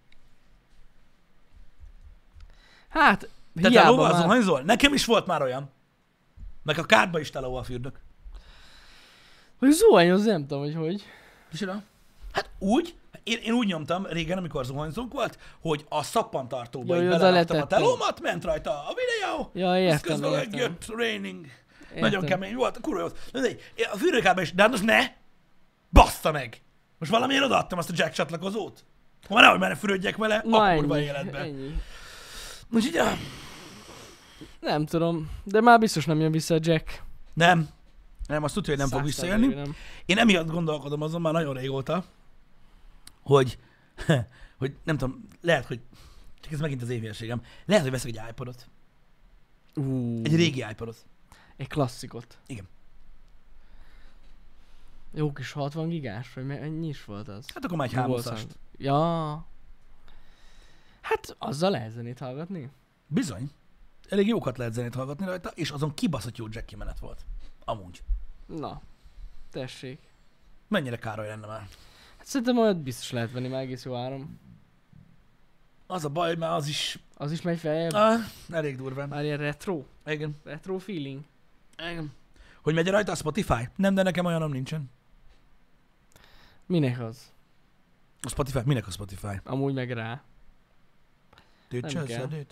Hát, Te hiába telóval már... zuhanyzol? Nekem is volt már olyan. Meg a kádba is telóval fürdök. Hogy zuhanyoz, nem tudom, hogy hogy. Micsoda? Hát úgy, én, én úgy nyomtam régen, amikor zuhanyzónk volt, hogy a szappantartóba Jó, így jó, oda beleraktam a letettem. telómat, ment rajta a videó, Ja, ez értem, közben értem. megjött raining. Értem. Nagyon kemény volt, kurva jó volt. Mindegy, a fürdőkádban is, de hát most ne! Bassza meg! Most valamiért odaadtam azt a jack csatlakozót. Ha már nehogy már ne fürödjek vele, Na a kurva ennyi, életben. ennyi. Úgyhogy, ja, Nem tudom, de már biztos nem jön vissza a jack. nem. Nem, azt tudja, hogy nem fog Száz visszajönni. százalékig nem. Én emiatt gondolkodom azon már nagyon régóta, hogy, hogy nem tudom, lehet, hogy csak ez megint az évérségem, lehet, hogy veszek egy iPodot. Uh, Egy régi iPodot. Egy klasszikot. Igen. Jó kis hatvan gigás, vagy mennyi is volt az? Hát akkor már egy Mi volt háromszast. az? Ja. Hát azzal lehet zenét hallgatni. Bizony. Elég jókat lehet zenét hallgatni rajta, és azon kibaszott jó jack kimenet volt. Amúgy. Na, tessék. Mennyire Károly lenne már. Hát szerintem olyat biztos lehet venni, már egész jó áram. Az a baj, mert az is Az is megy feljebb. ah, elég durván. Már ilyen retro. Igen. Retro feeling. Igen. Hogy megy rajta a Spotify? Nem, de nekem olyanom nincsen. Minek az? A Spotify? Minek a Spotify? Amúgy meg rá. Tőt Nem se kell. szedőt?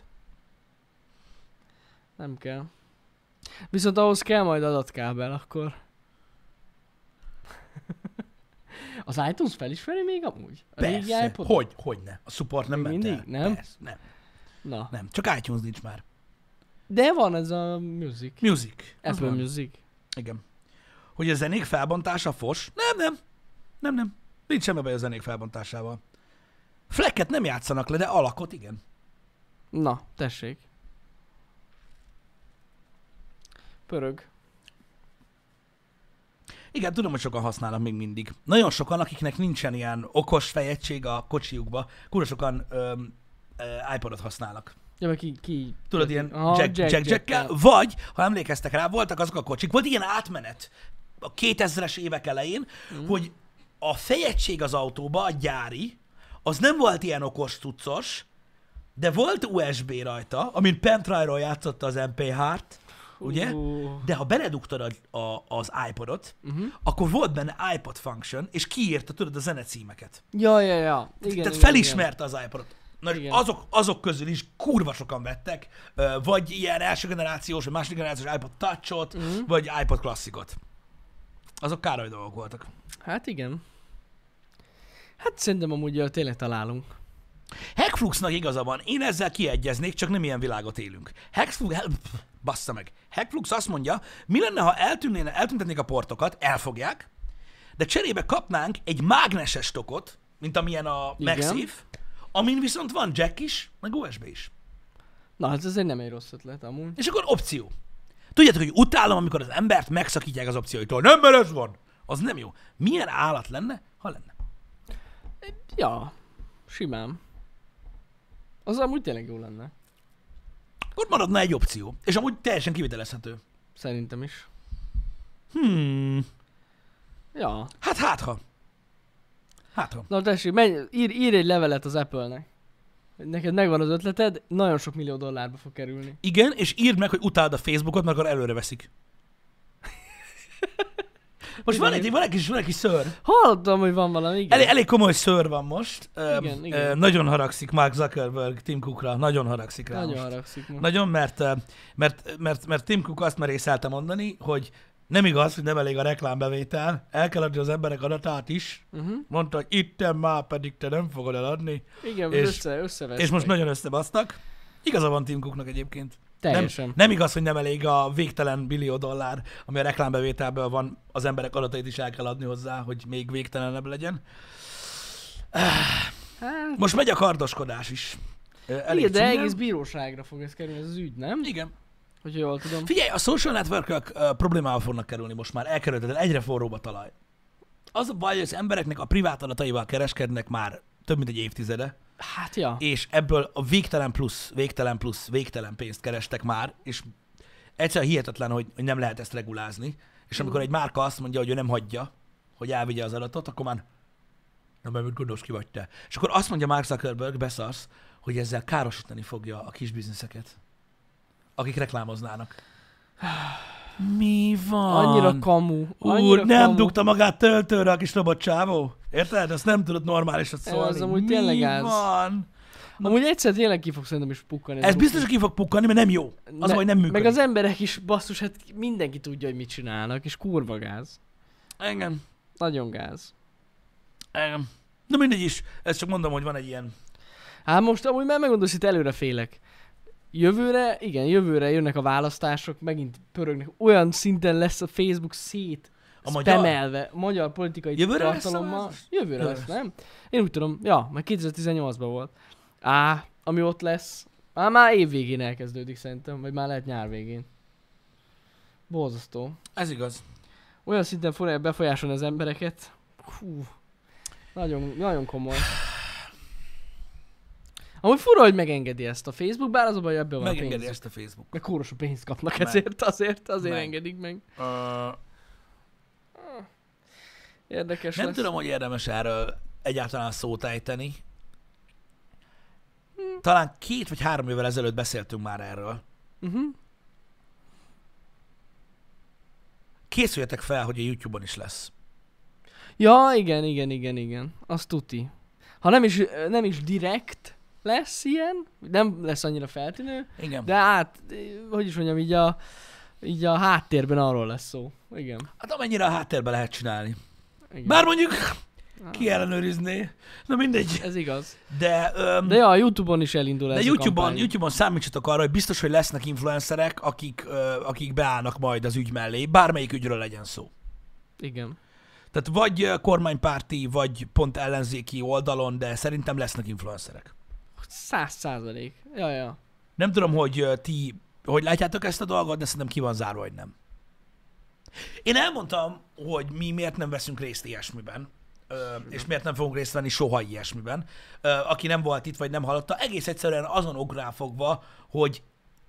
Nem kell. Viszont ahhoz kell majd adatkábel, akkor. Az iTunes felismeri még amúgy? A régi Persze. iPod? Hogy? Hogyne. A support nem Még ment mindig? el. Nem? Persze. Nem. Na. Nem. Csak iTunes nincs már. De van ez a Music. Music. Az Apple van. Music. Igen. Hogy a zenék felbontása fos? Nem, nem. Nem, nem. Nincs semmi baj a zenék felbontásával. Flecket nem játszanak le, de alakot igen. Na, tessék. Pörög. Igen, tudom, hogy sokan használnak még mindig. Nagyon sokan, akiknek nincsen ilyen okos fejegység a kocsiukba, kurva sokan öm, ö, iPodot használnak. Ja, meg ki, ki... Tudod, ilyen Aha, jack, jack, jack, jack, jack vagy, ha emlékeztek rá, voltak azok a kocsik, volt ilyen átmenet a kétezres évek elején, mm. hogy a fejegység az autóba, a gyári, az nem volt ilyen okos cuccos, de volt u es bé rajta, amin pendrive-ról játszotta az em pé há-t, ugye? Uh. De ha beledugtad a, a, az iPodot, uh-huh. akkor volt benne iPod function, és kiírta, tudod, a zenecímeket. Ja, ja, ja. Igen, Tehát igen, felismerte igen. az iPodot. Na, azok, azok közül is kurva sokan vettek, vagy ilyen első generációs, vagy második generációs iPod Touch-ot, uh-huh. vagy iPod klasszikot. Azok károly dolgok voltak. Hát igen. Hát szerintem amúgy uh, tényleg találunk. Hackfluxnak igaza van, én ezzel kiegyeznék, csak nem ilyen világot élünk. Hackflux, bassza meg. Hackflux azt mondja, mi lenne, ha eltüntetnék a portokat, elfogják, de cserébe kapnánk egy mágneses tokot, mint amilyen a MagSafe, amin viszont van jack is, meg u es bé is. Na, hát ez egy nem egy rossz ötlet amúgy. És akkor opció. Tudjátok, hogy utálom, amikor az embert megszakítják az opcióitól. Nem, mert ez van. Az nem jó. Milyen állat lenne, ha lenne? Ja, simán. Az amúgy tényleg jó lenne. Akkor maradna egy opció. És amúgy teljesen kivitelezhető. Szerintem is. Hmm. Ja. Hát hátha. Hátha. Na tessék, menj, ír, ír egy levelet az Apple-nek. Neked megvan az ötleted, nagyon sok millió dollárba fog kerülni. Igen, és írd meg, hogy utáld a Facebookot, mert akkor előre veszik. Most van egy, van egy kis, van egy kis szőr. Hallottam, hogy van valami, igen. Elég, elég komoly szőr van most. Igen, uh, igen. Uh, nagyon haragszik Mark Zuckerberg Tim Cookra. Nagyon haragszik rá Nagyon most. haragszik most. Nagyon, mert, mert, mert, mert Tim Cook azt merészelte mondani, hogy nem igaz, hogy nem elég a reklámbevétel, el kell adni az emberek adatát is. Uh-huh. Mondta, hogy itten már pedig te nem fogod eladni. Igen, és, össze, összevesztek. És most nagyon összebasztak. Igaza van Tim Cooknak egyébként. Teljesen. Nem, nem igaz, hogy nem elég a végtelen billió dollár, ami a reklámbevételből van, az emberek adatait is el kell adni hozzá, hogy még végtelenebb legyen. Hát... Most megy a kardoskodás is. Elég igen, de csúnyán. egész bíróságra fog ez kerülni, ez az ügy, nem? Igen. Hogy jól tudom. Figyelj, a social network-ök uh, problémával fognak kerülni most már, elkerülhetetlen, egyre forróbb a talaj. Az a baj, hogy az embereknek a privát adataival kereskednek már több mint egy évtizede. Hát ja. És ebből a végtelen plusz, végtelen plusz, végtelen pénzt kerestek már, és egyszerűen hihetetlen, hogy, hogy nem lehet ezt regulázni. És amikor egy márka azt mondja, hogy ő nem hagyja, hogy elvigye az adatot, akkor már nem, mert mit gondolsz, ki vagy te. És akkor azt mondja Mark Zuckerberg, beszarsz, hogy ezzel károsítani fogja a kis bizniszeket, akik reklámoznának. Mi van? Annyira kamu. Annyira Úr, nem kamu. dugta magát töltőre a kis robotcsávó? Érted? Azt nem tudod normálisat szólni. Ez amúgy Mi tényleg gáz. van? Amúgy egyszer tényleg ki fog szerintem is pukkani. Ez biztos, hogy ki fog pukkani, mert nem jó. Az, hogy nem működik. Meg az emberek is, basszus, hát mindenki tudja, hogy mit csinálnak, és kurva gáz. Engem. Nagyon gáz. Engem. Na mindegy is. Ezt csak mondom, hogy van egy ilyen... Hát most amúgy már megmondom, hogy itt előre félek. Jövőre, igen, jövőre jönnek a választások, megint pörögnek. Olyan szinten lesz a Facebook szét A magyar? spamelve a magyar politikai Jövőre tartalommal. lesz Jövőre Jövőre lesz, nem? Én úgy tudom, ja, meg kétezer-tizennyolcban volt. Á, ami ott lesz, á, már év végén elkezdődik szerintem, vagy már lehet nyár végén. Borzasztó. Ez igaz. Olyan szinten fogja befolyásolni az embereket. Hú, nagyon, nagyon komoly. Amúgy fura, hogy megengedi ezt a Facebook, bár az a baj, ebből van a pénz. Megengedi ezt a Facebook. Meg kóros a pénzt kapnak Meg. ezért, azért, azért Meg. engedik meg. Uh, Érdekes nem lesz. tudom, hogy érdemes erről egyáltalán szót ejteni. Talán két vagy három évvel ezelőtt beszéltünk már erről. Uh-huh. Készüljetek fel, hogy a YouTube-on is lesz. Ja, igen, igen, igen, igen. Az tuti. Ha nem is, nem is direkt lesz ilyen, nem lesz annyira feltűnő, Igen. de át, hogy is mondjam, így a, így a háttérben arról lesz szó. Igen. Hát amennyire a háttérbe lehet csinálni. Igen. Bár mondjuk ki ellenőrizné. Na mindegy. Ez igaz. De, öm, De ja, a YouTube-on is elindul de ez YouTube-on, a kampány. YouTube-on számítsatok arra, hogy biztos, hogy lesznek influencerek, akik, ö, akik beállnak majd az ügy mellé, bármelyik ügyről legyen szó. Igen. Tehát vagy ö, kormánypárti, vagy pont ellenzéki oldalon, de szerintem lesznek influencerek. Száz százalék. Ja, ja. Nem tudom, hogy ö, ti hogy látjátok ezt a dolgot, de szerintem ki van zárva, hogy nem. Én elmondtam, hogy mi miért nem veszünk részt ilyesmiben, ö, és miért nem fogunk részt venni soha ilyesmiben. Ö, aki nem volt itt, vagy nem hallotta, egész egyszerűen azon ográn fogva, hogy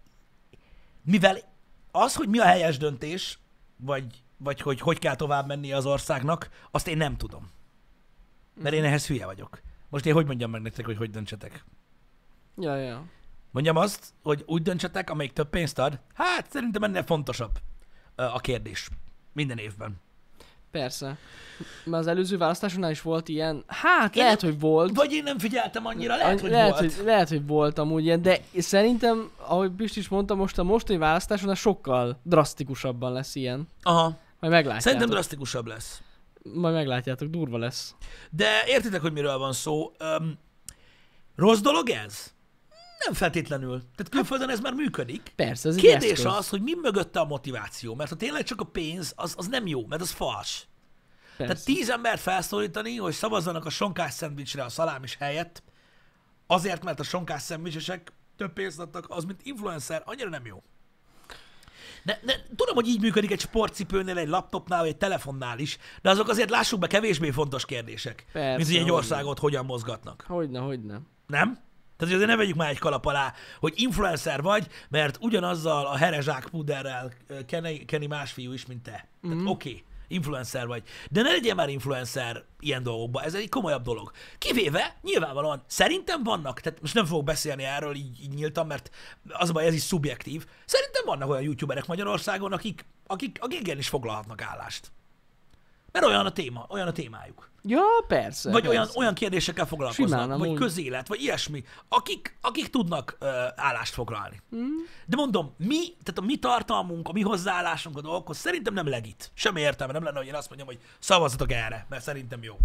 mivel az, hogy mi a helyes döntés, vagy, vagy hogy hogy kell tovább menni az országnak, azt én nem tudom. Mert én ehhez hülye vagyok. Most én hogy mondjam meg nektek, hogy hogy döntsetek? Ja, ja. Mondjam azt, hogy úgy döntsetek, amelyik több pénzt ad? Hát szerintem ennél fontosabb ö, a kérdés. Minden évben. Persze. Mert az előző választásonál is volt ilyen, hát Én lehet, nem- hogy volt. Vagy én nem figyeltem annyira, lehet, hogy lehet, volt. Hogy, lehet, hogy volt amúgy ilyen, de szerintem, ahogy Pisti is mondta, most a mostani választáson sokkal drasztikusabban lesz ilyen. Aha. Majd meglátjátok. Szerintem drasztikusabb lesz. Majd meglátjátok, durva lesz. De értitek, hogy miről van szó. Öm, rossz dolog ez? Nem feltétlenül. Tehát külföldön ez már működik. Persze, ez egy Kérdés eszköz. az, hogy mi mögötte a motiváció. Mert ha tényleg csak a pénz, az, az nem jó, mert az fals. Tehát Persze. tíz embert felszólítani, hogy szavazzanak a sonkás szendvicsre a szalámis helyett, azért, mert a sonkás szendvicsesek több pénzt adtak, az, mint influencer, annyira nem jó. De, de tudom, hogy így működik egy sportcipőnél, egy laptopnál, vagy egy telefonnál is, de azok azért lássuk be kevésbé fontos kérdések, Persze, mint hogy egy hogyne. országot hogyan mozgatnak. Hogyne, hogyne. Nem? Tehát azért ne vegyük már egy kalap alá, hogy influencer vagy, mert ugyanazzal a herezsák puderrel ö, keni, keni más fiú is, mint te. Tehát Mhm. oké, okay, influencer vagy. De ne legyen már influencer ilyen dolgokban, ez egy komolyabb dolog. Kivéve, nyilvánvalóan, szerintem vannak, tehát most nem fogok beszélni erről így, így nyíltan, mert az a baj, ez is szubjektív. Szerintem vannak olyan youtuberek Magyarországon, akik, akik, akik igenis foglalhatnak állást. Mert olyan a téma, olyan a témájuk. Ja, persze. Vagy persze. olyan, olyan kérdésekkel foglalkoznak, Simán, vagy amúgy. közélet, vagy ilyesmi, akik, akik tudnak ö, állást foglalni. Mm. De mondom, mi, tehát a mi tartalmunk, a mi hozzáállásunk a dolgokhoz szerintem nem legit. Semmi értelme nem lenne, hogy én azt mondjam, hogy szavazzatok erre, mert szerintem jó.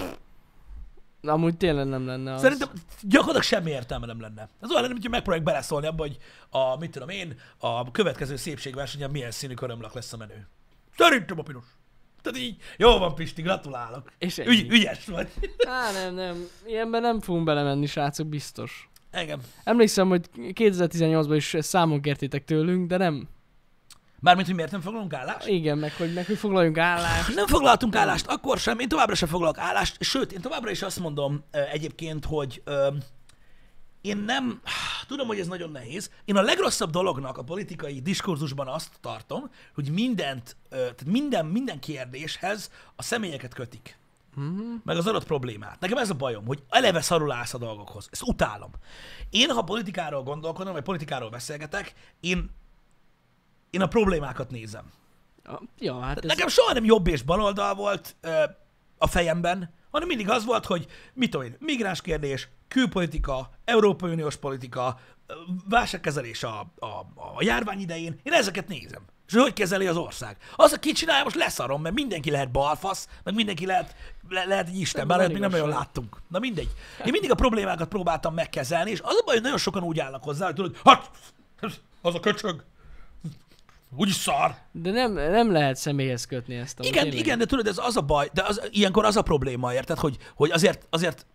Amúgy tényleg nem lenne az. Szerintem gyakorlatilag semmi értelme nem lenne. Ez olyan lenne, hogyha megpróbálják beleszólni abba, hogy a, mit tudom én, a következő szépségversenyen milyen színű körömlak lesz a menő. Szerintem a piros. Tehát így, jó van Pisti, gratulálok. És ennyi. Ügy, ügyes vagy. Á, nem, nem. Ilyenben nem fogunk belemenni, srácok, biztos. Engem. Emlékszem, hogy kétezer-tizennyolcban is számon kértétek tőlünk, de nem. Mármint, hogy miért nem foglalunk állást? Igen, meg hogy, meg hogy foglaljunk állást. Nem foglaltunk állást akkor sem, én továbbra sem foglalok állást, sőt, én továbbra is azt mondom ö, egyébként, hogy ö, én nem, tudom, hogy ez nagyon nehéz, én a legrosszabb dolognak a politikai diskurzusban azt tartom, hogy mindent, ö, tehát minden, minden kérdéshez a személyeket kötik. Mm-hmm. Meg az adott problémát. Nekem ez a bajom, hogy eleve szarul állsz a dolgokhoz. Ezt utálom. Én, ha politikáról gondolkodom, vagy politikáról beszélgetek, én, én a problémákat nézem. Ja, hát ez... Nekem soha nem jobb és baloldal volt ö, a fejemben, hanem mindig az volt, hogy mit tudom én, migráns kérdés, külpolitika, Európai Uniós politika, ö, válságkezelés a, a, a járvány idején, én ezeket nézem. És hogy kezeli az ország. Az, aki csinálja, most leszarom, mert mindenki lehet balfasz, meg mindenki lehet, le, lehet egy isten, bár van olyat még nem igazság. nagyon láttunk. Na mindegy. Én mindig a problémákat próbáltam megkezelni, és az a baj, hogy nagyon sokan úgy állnak hozzá, hogy tudod, hát, az a köcsög, úgyis szar. De nem, nem lehet személyhez kötni ezt. amúgy Igen, tényleg. igen, de tudod, ez az a baj, de az, ilyenkor az a probléma, érted, hogy, hogy azért, azért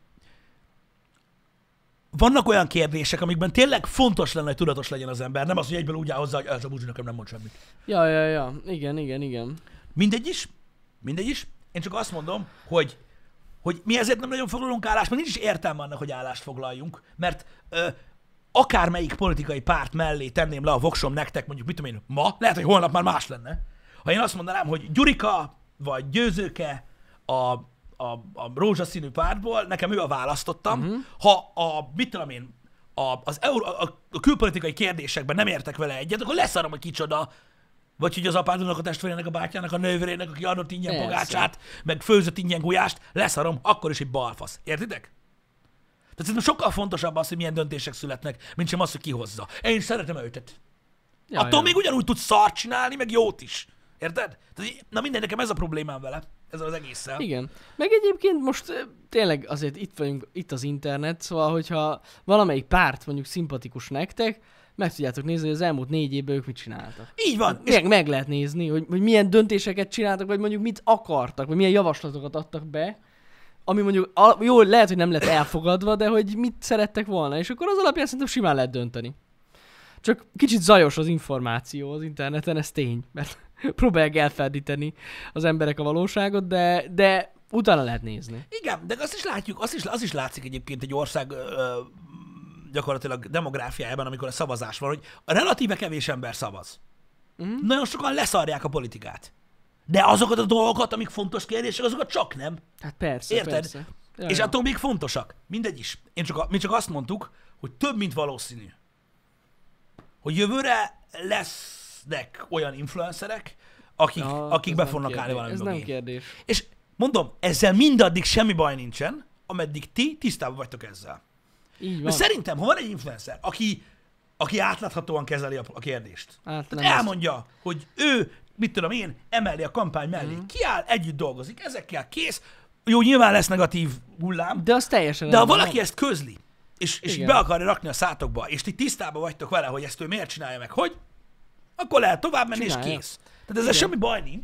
vannak olyan kérdések, amikben tényleg fontos lenne, hogy tudatos legyen az ember, nem az, hogy egyből úgy áll hozzá, hogy ez a buzsi nekem nem mond semmit. Ja, ja, ja. Igen, igen, igen. Mindegy is, mindegy is, én csak azt mondom, hogy, hogy mi ezért nem nagyon foglalunk állást, mert nincs is értelme annak, hogy állást foglaljunk, mert ö, akármelyik politikai párt mellé tenném le a voksom nektek, mondjuk mit tudom én, ma, lehet, hogy holnap már más lenne. Ha én azt mondanám, hogy Gyurika vagy Győzőke a, a, a rózsaszínű pártból, nekem ő a választottam, uh-huh. ha a, mit tudom én, a, az Euró, a, a külpolitikai kérdésekben nem értek vele egyet, akkor leszarom, hogy kicsoda, vagy hogy az apádnak, a testvérének, a bátyának, a nővérének, aki adott ingyen Persze. pogácsát, meg főzött ingyen gulyást, leszarom, akkor is egy balfasz. Értitek? Tehát szerintem sokkal fontosabb az, hogy milyen döntések születnek, mint sem az, hogy ki hozza. Én szeretem őtet. Ja, Attól ja. még ugyanúgy tudsz szart csinálni, meg jót is. Érted? Tehát, na minden, nekem ez a problémám vele, ezzel az egésszel. Igen. Meg egyébként most ö, tényleg azért itt vagyunk, itt az internet, szóval hogyha valamelyik párt mondjuk szimpatikus nektek, meg tudjátok nézni, hogy az elmúlt négy évben ők mit csináltak. Így van. Meg, meg lehet nézni, hogy, hogy milyen döntéseket csináltak, vagy mondjuk mit akartak, vagy milyen javaslatokat adtak be, ami mondjuk, a, jó, lehet, hogy nem lett elfogadva, de hogy mit szerettek volna, és akkor az alapján szerintem simán lehet dönteni. Csak kicsit zajos az információ az interneten, ez tény, mert próbálják elferdíteni az emberek a valóságot, de, de utána lehet nézni. Igen, de azt is látjuk, azt is, az is látszik egyébként egy ország ö, gyakorlatilag demográfiájában, amikor a szavazás van, hogy relatíve kevés ember szavaz. Uh-huh. Nagyon sokan leszarják a politikát. De azokat a dolgokat, amik fontos kérdések, azokat csak nem. Hát persze, Érted? persze. Ja, És ja. attól még fontosak. Mindegy is. Én csak, mi csak azt mondtuk, hogy több, mint valószínű, hogy jövőre lesznek olyan influencerek, akik, Ja, akik ez be nem fognak állni kérdés. valami Ez mögé. nem kérdés. És mondom, ezzel mindaddig semmi baj nincsen, ameddig ti tisztában vagytok ezzel. Így van. Mert szerintem, ha van egy influencer, aki, aki átláthatóan kezeli a, a kérdést, Hát, nem tehát elmondja, hogy ő, mit tudom én, emeli a kampány mellé, Mhm. kiáll, együtt dolgozik, ezekkel kész, jó, nyilván lesz negatív hullám, De az teljesen de ha rendben valaki van. ezt közli, és, és így Igen. be akarja rakni a szátokba, és ti tisztában vagytok vele, hogy ezt ő miért csinálja meg, hogy, akkor lehet tovább menni, és Csinálja. kész. Tehát ezzel semmi baj nincs.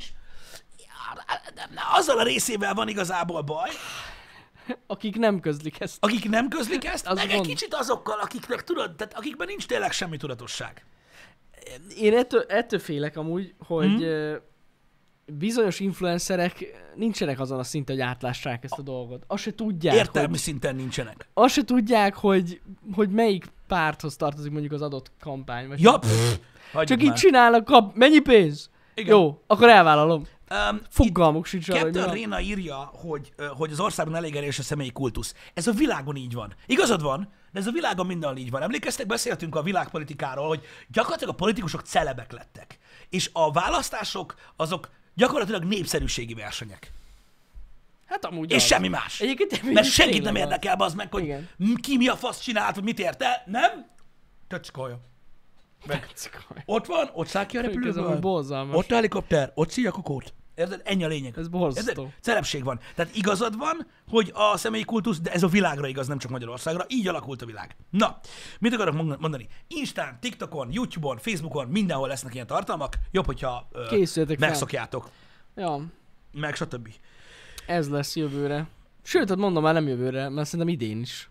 Azzal a részével van igazából baj, Akik nem közlik ezt. akik nem közlik ezt, Az meg egy gond. kicsit azokkal, akiknek tudod, tehát akikben nincs tényleg semmi tudatosság. Én ettől, ettől félek amúgy, hogy Mhm. mm. bizonyos influencerek nincsenek azon a szinten, hogy átlássák ezt a dolgot. Azt se tudják, Értelmi hogy, szinten nincsenek. azt se tudják, hogy, hogy melyik párthoz tartozik mondjuk az adott kampány. Vagy Ja, pff, hagyjuk Csak így már. csinálnak, kap, mennyi pénz? Igen. Jó, akkor elvállalom. Um, Fogalmuk sincs arra, hogy mi Captain van. Réna írja, hogy, ö, hogy az országban elég erős a személyi kultusz. Ez a világon így van. Igazad van, de ez a világon mindenhol így van. Emlékeztek, beszéltünk a világpolitikáról, hogy gyakorlatilag a politikusok celebek lettek. És a választások azok gyakorlatilag népszerűségi versenyek. Hát amúgy És az. semmi más. Egyébként Mert senkit tényleg nem az. érdekel az meg, hogy Igen. m- ki mi a fasz csinált, vagy mit ért el. Nem? Töcskolja. Meg ott van, ott száll ki a Ez amúgy repülőből. borzalmas. Ott a helikopter, ott szíja kokót. Érted? Ennyi a lényeg. Ez borzasztó. Érted? Celebség van. Tehát igazad van, hogy a személyi kultusz, de ez a világra igaz, nem csak Magyarországra. Így alakult a világ. Na, mit akarok mond- mondani? Instán, TikTokon, YouTube-on, Facebookon, mindenhol lesznek ilyen tartalmak. Jobb, hogyha ö, Készüljetek fel. megszokjátok. Ja, Meg stb. ez lesz jövőre. Sőt, hát mondom már nem jövőre, mert szerintem idén is.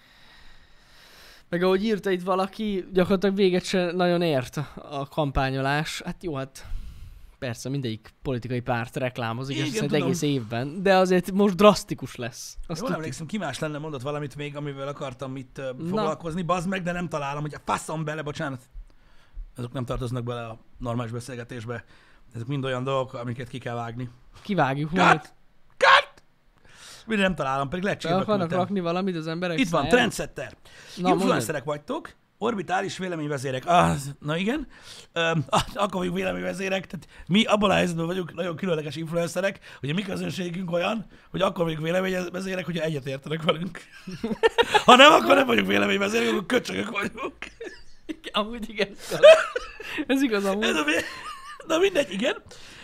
Meg ahogy írta itt valaki, gyakorlatilag véget se nagyon ért a- a kampányolás. Hát jó, hát persze mindegyik politikai párt reklámozik, és Igen, szerint tudom. egész évben, de azért most drasztikus lesz. Azt Jól tudjuk. emlékszem, ki más lenne mondott valamit még, amivel akartam itt uh, foglalkozni. Bazd meg, de nem találom, hogy a faszom bele, bocsánat. Ezek nem tartoznak bele a normális beszélgetésbe. Ezek mind olyan dolgok, amiket ki kell vágni. Kivágjuk majd. Cut! Cut! Minden nem találom, pedig Be lehetséges akarnak rakni valamit az emberek Itt van, szájába? trendsetter. Na, Influencerek vagytok, orbitális véleményvezérek. Ah, na igen. Öm, ah, akkor vagyunk véleményvezérek. Tehát mi abban a helyzetben vagyunk nagyon különleges influencerek, hogy a mi közönségünk olyan, hogy akkor vagyunk véleményvezérek, hogyha egyetértenek velünk. Ha nem, akkor nem vagyunk véleményvezérek, akkor köcsögök vagyunk. Igen, amúgy igen. Ez igaz amúgy. Ez a vé... Na mindegy, igen.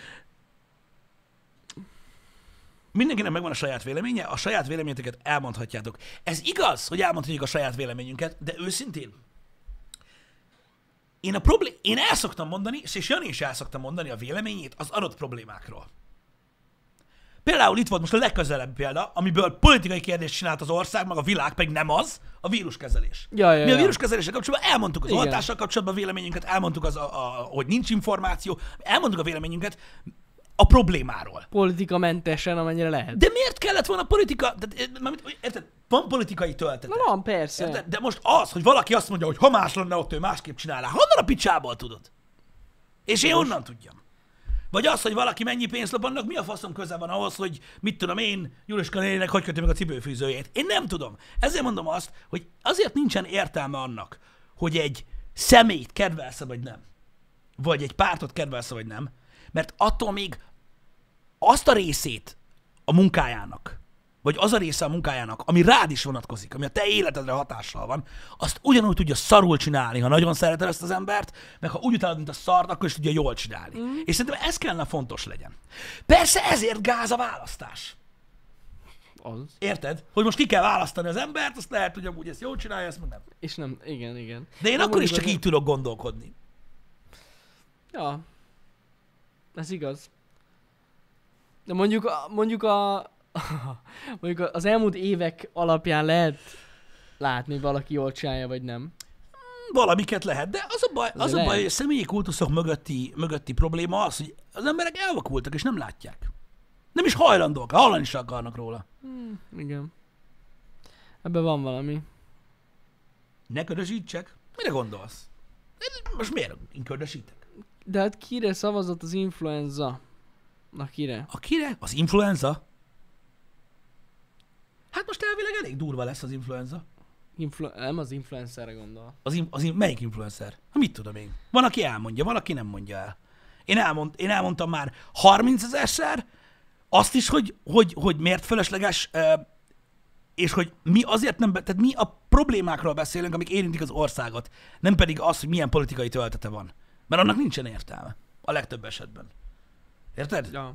Mindenkinek megvan a saját véleménye, a saját véleményeteket elmondhatjátok. Ez igaz, hogy elmondhatjuk a saját véleményünket, de őszintén, én, a problé- én el szoktam mondani, és Jani is el szoktam mondani a véleményét az adott problémákról. Például itt volt most a legközelebb példa, amiből politikai kérdést csinált az ország, meg a világ, pedig nem az, a víruskezelés. Ja, ja, Mi a ja. víruskezeléssel kapcsolatban elmondtuk az Igen. oltással kapcsolatban a véleményünket, elmondtuk, az, a, a, hogy nincs információ, elmondtuk a véleményünket a problémáról. Politikamentesen, amennyire lehet. De miért kellett volna politika... De, mármint, érted? Van politikai töltete. Na van, persze. Érted? De most az, hogy valaki azt mondja, hogy ha más lenne ott, ő másképp csinálná, honnan a picsából tudod? És én honnan tudjam? Vagy az, hogy valaki mennyi pénzt lop, annak mi a faszom köze van ahhoz, hogy mit tudom én, Juliska néninek hogy köti meg a cipőfűzőjét. Én nem tudom. Ezért mondom azt, hogy azért nincsen értelme annak, hogy egy személyt kedvelsz vagy nem. Vagy egy pártot kedvelsz vagy nem. Mert attól még azt a részét a munkájának, vagy az a része a munkájának, ami rád is vonatkozik, ami a te életedre hatással van, azt ugyanúgy tudja szarul csinálni, ha nagyon szereted ezt az embert, meg ha úgy utálod, mint a szart, akkor is tudja jól csinálni. Mm. És szerintem ez kellene fontos legyen. Persze ezért gáz a választás. Az. Érted? Hogy most ki kell választani az embert, azt lehet, hogy amúgy ezt jól csinálja, ezt meg nem. És nem, igen, igen. De én Na, akkor is mondjuk csak az- így tudok gondolkodni. Ja. Ez igaz. De mondjuk, a- mondjuk a... mondjuk az elmúlt évek alapján lehet látni, hogy valaki jól csinálja, vagy nem. Valamiket lehet, de az a baj, az a Lehet. baj hogy a személyi kultuszok mögötti, mögötti probléma az, hogy az emberek elvakultak és nem látják. Nem is hajlandóak, hallani is akarnak róla. Hmm, igen. Ebben van valami. Ne ködösítsek? Mire gondolsz? Most miért én ködösítek? De hát kire szavazott az influenza? Na kire? A kire? Az influenza? Hát most elvileg elég durva lesz az influenza. Influ- nem az influencerre gondol. Az, in- az in- melyik influencer? Ha mit tudom én? Van, aki elmondja, van, aki nem mondja el. Én, elmond, én elmondtam már harmincezerszer azt is, hogy, hogy, hogy miért fölösleges, eh, és hogy mi azért nem, be- tehát mi a problémákról beszélünk, amik érintik az országot, nem pedig az, hogy milyen politikai töltete van. Mert annak nincsen értelme. A legtöbb esetben. Érted? Ja.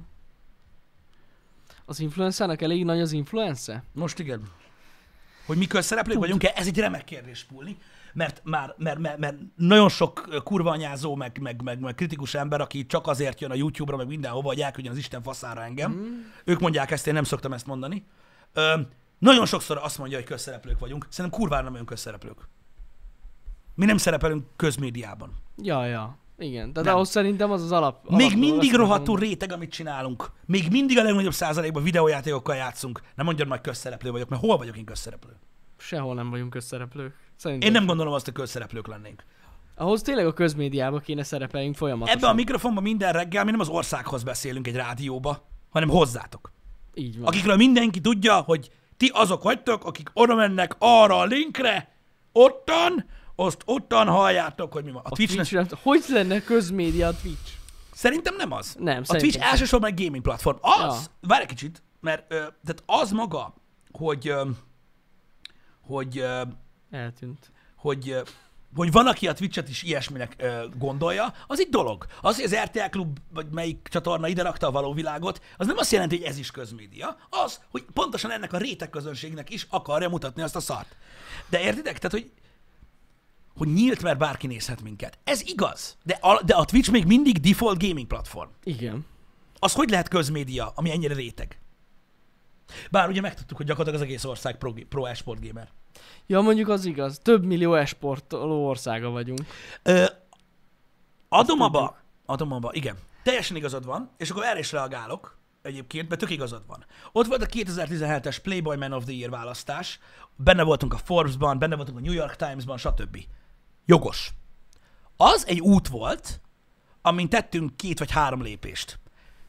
Az influencernek elég nagy az influence? Most igen. Hogy mi közszereplők vagyunk-e? Ez egy remek kérdés, Pulni. Mert már, mert, mert, mert nagyon sok kurva anyázó, meg, meg, meg, meg kritikus ember, aki csak azért jön a YouTube-ra, meg mindenhova, hogy elküldjön az Isten faszára engem. Mm. Ők mondják ezt, én nem szoktam ezt mondani. Ö, nagyon sokszor azt mondja, hogy közszereplők vagyunk. Szerintem kurvára nem olyan közszereplők. Mi nem szerepelünk közmédiában. Ja, ja. Igen. Tehát Nem. ahhoz szerintem az az alap. Még alap mindig azt rohadtul mondom. réteg, amit csinálunk. Még mindig a legnagyobb százalékban videójátékokkal játszunk. Nem mondjad majd közszereplő vagyok, mert hol vagyok én közszereplő? Sehol nem vagyunk közszereplők. Szerintem. Én nem gondolom azt, hogy közszereplők lennénk. Ahhoz tényleg a közmédiába kéne szerepeljünk folyamatosan. Ebben a mikrofonban minden reggel mi nem az országhoz beszélünk egy rádióba, hanem hozzátok. Így van. Akikről mindenki tudja, hogy ti azok vagytok, akik oda mennek arra a linkre, ottan, azt ottan halljátok, hogy mi van. A, A Twitch Twitch nem- Hogy lenne közmédia a Twitch? Szerintem nem az. Nem, A szerintem Twitch sem. elsősorban egy gaming platform. Az, Ja. várj egy kicsit, mert ö, tehát az maga, hogy, ö, hogy, ö, Eltűnt. hogy, ö, hogy van, aki a Twitch-et is ilyesminek ö, gondolja, az egy dolog. Az, hogy az er té el Klub, vagy melyik csatorna ide rakta a való világot, az nem azt jelenti, hogy ez is közmédia. Az, hogy pontosan ennek a réteg közönségnek is akarja mutatni azt a szart. De értitek? Tehát, hogy hogy nyílt, mert bárki nézhet minket. Ez igaz, de a, de a Twitch még mindig default gaming platform. Igen. Az hogy lehet közmédia, ami ennyire réteg? Bár ugye megtudtuk, hogy gyakorlatilag az egész ország pro, pro e-sport gamer. Ja, mondjuk az igaz. Több millió esportoló országa vagyunk. Ö, adom abba, adom abba, igen. Teljesen igazad van, és akkor erre is reagálok egyébként, mert tök igazad van. Ott volt a kétezer-tizenhetes Playboy Man of the Year választás, benne voltunk a Forbes-ban, benne voltunk a New York Times-ban, stb. Jogos. Az egy út volt, amin tettünk két vagy három lépést.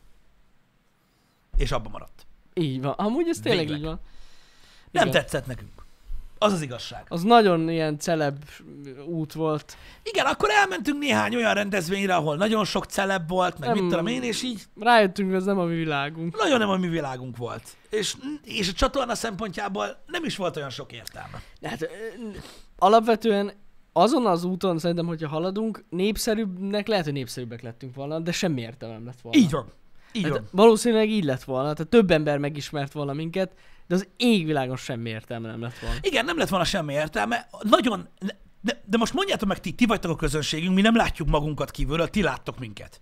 És abba maradt. Így van. Amúgy ez tényleg Végleg. így van. Nem Igen. tetszett nekünk. Az az igazság. Az nagyon ilyen celeb út volt. Igen, akkor elmentünk néhány olyan rendezvényre, ahol nagyon sok celeb volt, meg Nem. mit tudom én, és így Rájöttünk, hogy ez nem a mi világunk. nagyon nem a mi világunk volt. És, és a csatorna szempontjából nem is volt olyan sok értelme. De hát ö, alapvetően azon az úton szerintem, hogyha haladunk, népszerűbbnek lehet, hogy népszerűbbek lettünk volna, de semmi értelme nem lett volna. Így van. Így Hát van. valószínűleg így lett volna, tehát több ember megismert volna minket, de az égvilágon semmi értelme nem lett volna. Igen, nem lett volna semmi értelme. Nagyon... De, de most mondjátok meg ti, ti vagytok a közönségünk, mi nem látjuk magunkat kívülről, ti láttok minket.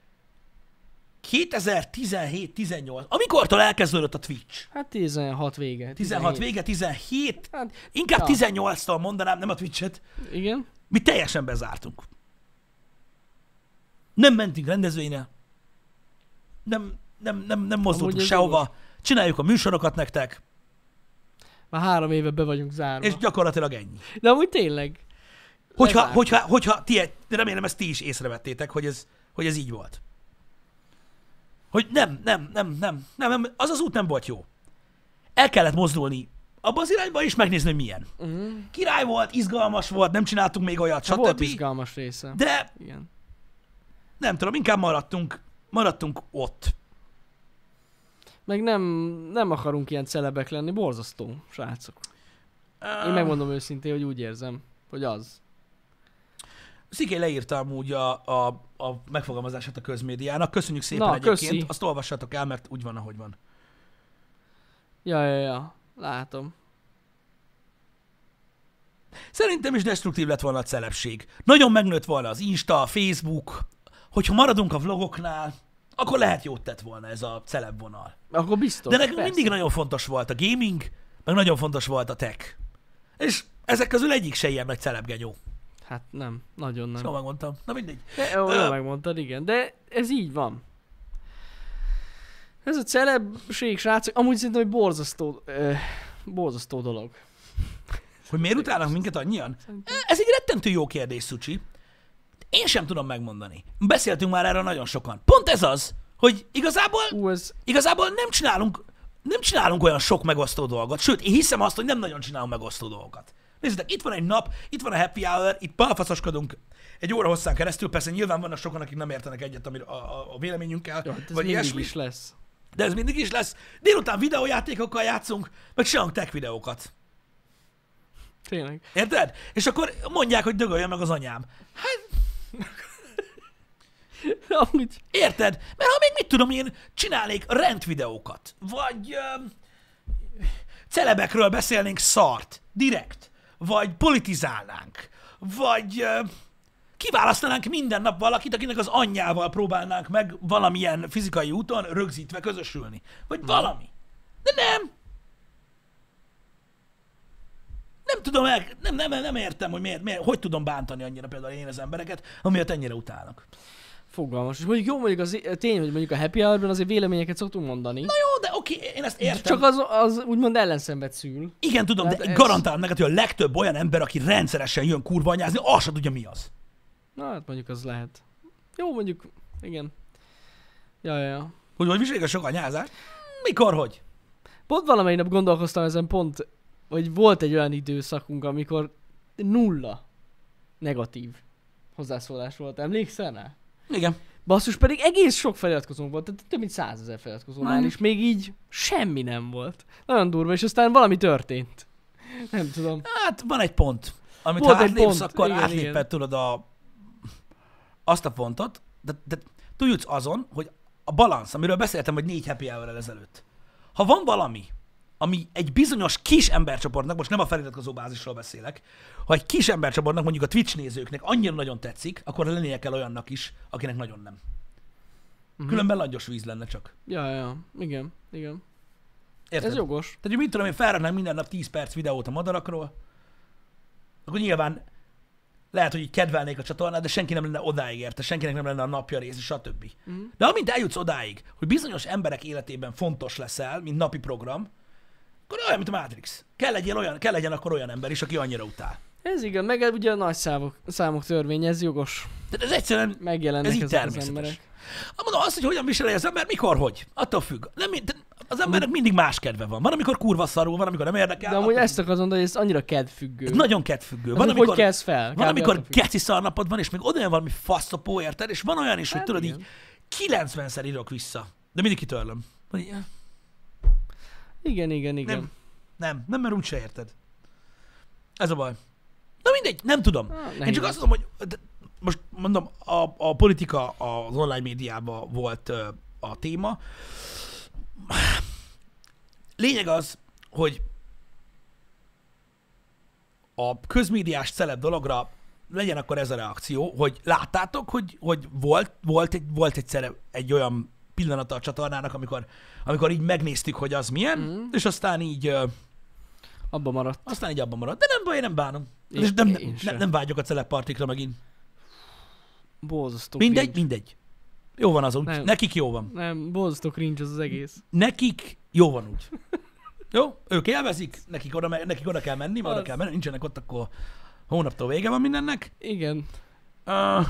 kétezer-tizenhét tizennyolc, amikortól elkezdődött a Twitch. Hát tizenhat vége. tizenhat tizenhét. vége, tizenhét, Hát, inkább ja. tizennyolctól mondanám, nem a Twitch-et. Igen. Mi teljesen bezártunk. Nem mentünk rendezvényre. Nem, nem, nem, nem mozdultunk ez sehova. Csináljuk a műsorokat nektek, Már három éve be vagyunk zárva. és gyakorlatilag ennyi. De amúgy tényleg. Hogyha, Lezártuk. hogyha, hogyha ti, remélem ezt ti is észrevettétek, hogy ez, hogy ez így volt. Hogy nem, nem, nem, nem, nem, nem, az az út nem volt jó. El kellett mozdulni abba az irányba is, megnézni, hogy milyen. Uh-huh. Király volt, izgalmas volt, nem csináltunk még olyat, Hát volt stb. izgalmas része. De Igen. nem tudom, inkább maradtunk, maradtunk ott. Meg nem, nem akarunk ilyen celebek lenni, borzasztó, srácok. Én megmondom őszintén, hogy úgy érzem, hogy az. Sziké leírta amúgy a, a, a megfogalmazását a közmédiának. Köszönjük szépen Na, egyébként. köszi. Azt olvassatok el, mert úgy van, ahogy van. Ja, ja, ja. Látom. Szerintem is destruktív lett volna a celebség. Nagyon megnőtt volna az Insta, a Facebook. Hogyha maradunk a vlogoknál, akkor lehet jót tett volna ez a celeb vonal. Akkor biztos. De nekünk persze. mindig nagyon fontos volt a gaming, meg nagyon fontos volt a tech. És ezek közül egyik se ilyen nagy celebgenyó. Hát nem. Nagyon nem. Jól megmondtam. Na mindegy. De, jó, Ö- jól megmondtad, igen. De ez így van. Ez a celebség, srácok, amúgy szerintem egy borzasztó, ö, borzasztó dolog. Hogy miért utálnak minket annyian? Ez egy rettentő jó kérdés, Szucsi. Én sem tudom megmondani. Beszéltünk már erről nagyon sokan. Pont ez az, hogy igazából, Ú, ez... igazából nem csinálunk, nem csinálunk olyan sok megosztó dolgot. Sőt, én hiszem azt, hogy nem nagyon csinálunk megosztó dolgokat. Nézzétek, itt van egy nap, itt van a happy hour, itt balfaszoskodunk egy óra hosszán keresztül. Persze nyilván vannak sokan, akik nem értenek egyet a, a, a véleményünkkel, Ja, hát ez vagy mindig ilyesmi. is lesz. De ez mindig is lesz. Délután videójátékokkal játszunk, meg csinálunk tech videókat. Tényleg. Érted? És akkor mondják, hogy dögöljön meg az anyám. Hát, Amúgy... érted? Mert ha még mit tudom én, csinálnék rendvideókat, vagy ö, celebekről beszélnénk szart, direkt, vagy politizálnánk, vagy ö, kiválasztanánk minden nap valakit, akinek az anyjával próbálnánk meg valamilyen fizikai úton rögzítve közösülni. Vagy valami. De nem. Nem tudom, el, nem, nem, nem értem, hogy miért, miért, hogy tudom bántani annyira például én az embereket, amiatt ennyire utálnak. Fogalmas. És mondjuk jó, mondjuk az tény, hogy mondjuk a happy hour-ben azért véleményeket szoktunk mondani. Na jó, de oké, én ezt értem. Csak az, az úgymond ellenszenvet szül. Igen, tudom, Tehát de ez- garantálom neked, hogy a legtöbb olyan ember, aki rendszeresen jön kurva anyázni, azt sem tudja, mi az. Na hát mondjuk az lehet. Jó, mondjuk, igen. Ja, ja, ja. Hogy hogy viselik a sok anyázás? Mikor, hogy? Pont valamelyik nap gondolkoztam ezen pont, hogy volt egy olyan időszakunk, amikor nulla negatív hozzászólás volt. Emlékszel rá? Igen. Basszus, pedig egész sok feliratkozónk volt, tehát több mint százezer feliratkozónál Mm. is, még így semmi nem volt. Nagyon durva, és aztán valami történt. Nem tudom. Hát van egy pont, amit Volt ha egy átlépsz, pont, akkor igen, átléped, igen. tudod, a, azt a pontot, de, de tudjutsz azon, hogy a balansz, amiről beszéltem, hogy négy happy hour ezelőtt. Ha van valami, ami egy bizonyos kis embercsoportnak, most nem a feliratkozó bázisról beszélek, ha egy kis embercsoportnak, mondjuk a Twitch nézőknek annyira nagyon tetszik, akkor lennie kell olyannak is, akinek nagyon nem. Mhm. Különben langyos víz lenne csak. Ja, ja, ja. Igen, igen. Érted? Ez jogos. Tehát, hogy mit tudom én, felraknánk minden nap tíz perc videót a madarakról, akkor nyilván lehet, hogy így kedvelnék a csatornát, de senki nem lenne odáig érte, senkinek nem lenne a napja rész, stb. Mhm. De amint eljutsz odáig, hogy bizonyos emberek életében fontos leszel, mint napi program, akkor olyan, mint a Matrix. Kell legyen, olyan, kell legyen akkor olyan ember is, aki annyira utál. Ez igen, meg ugye a nagy számok, számok törvény, ez jogos. Tehát ez egyszerűen, Megjelennek ez így ezek az természetes. emberek. Mondom, azt, hogy hogyan viseli az ember, mikor, hogy. Attól függ. Nem, mind- az embernek mindig más kedve van. Van, amikor kurva szarul, van, amikor nem érdekel. De amúgy attól ezt függ. akarod mondani, hogy ez annyira kedvfüggő. Ez nagyon kedvfüggő. Az, Van, hogy amikor, hogy kezd fel? van, Kb. amikor attól függ. geci szarnapod van, és még oda jön valami faszopó, érted? És van olyan is, hogy Hát tudod, igen. így kilencvenszer írok vissza. De mindig kitörlöm. Hogy így, Igen, igen, igen. Nem. Nem, nem, mert úgyse érted. Ez a baj. Na mindegy, nem tudom. Ah, Én nehéz. csak azt mondom, hogy de most mondom, a, a politika az online médiában volt ö, a téma. Lényeg az, hogy a közmédiás celeb dologra legyen akkor ez a reakció, hogy láttátok, hogy, hogy volt, volt, egy, volt egyszer egy olyan pillanata a csatornának, amikor, amikor így megnéztük, hogy az milyen, Mhm. és aztán így ö, Abba maradt. aztán így abban maradt. De nem baj, én nem bánom. Én- És nem, én nem, sem. nem vágyok a celebpartikra megint. Borzasztó Mindegy, cringe. mindegy. Jó van az úgy. Nem. Nekik jó van. Nem, borzasztó cringe az az egész. Nekik jó van úgy. Jó? Ők élvezik, nekik oda, me- nekik oda kell menni, mert oda Az. kell menni, nincsenek ott, akkor hónaptól vége van mindennek. Igen. Uh,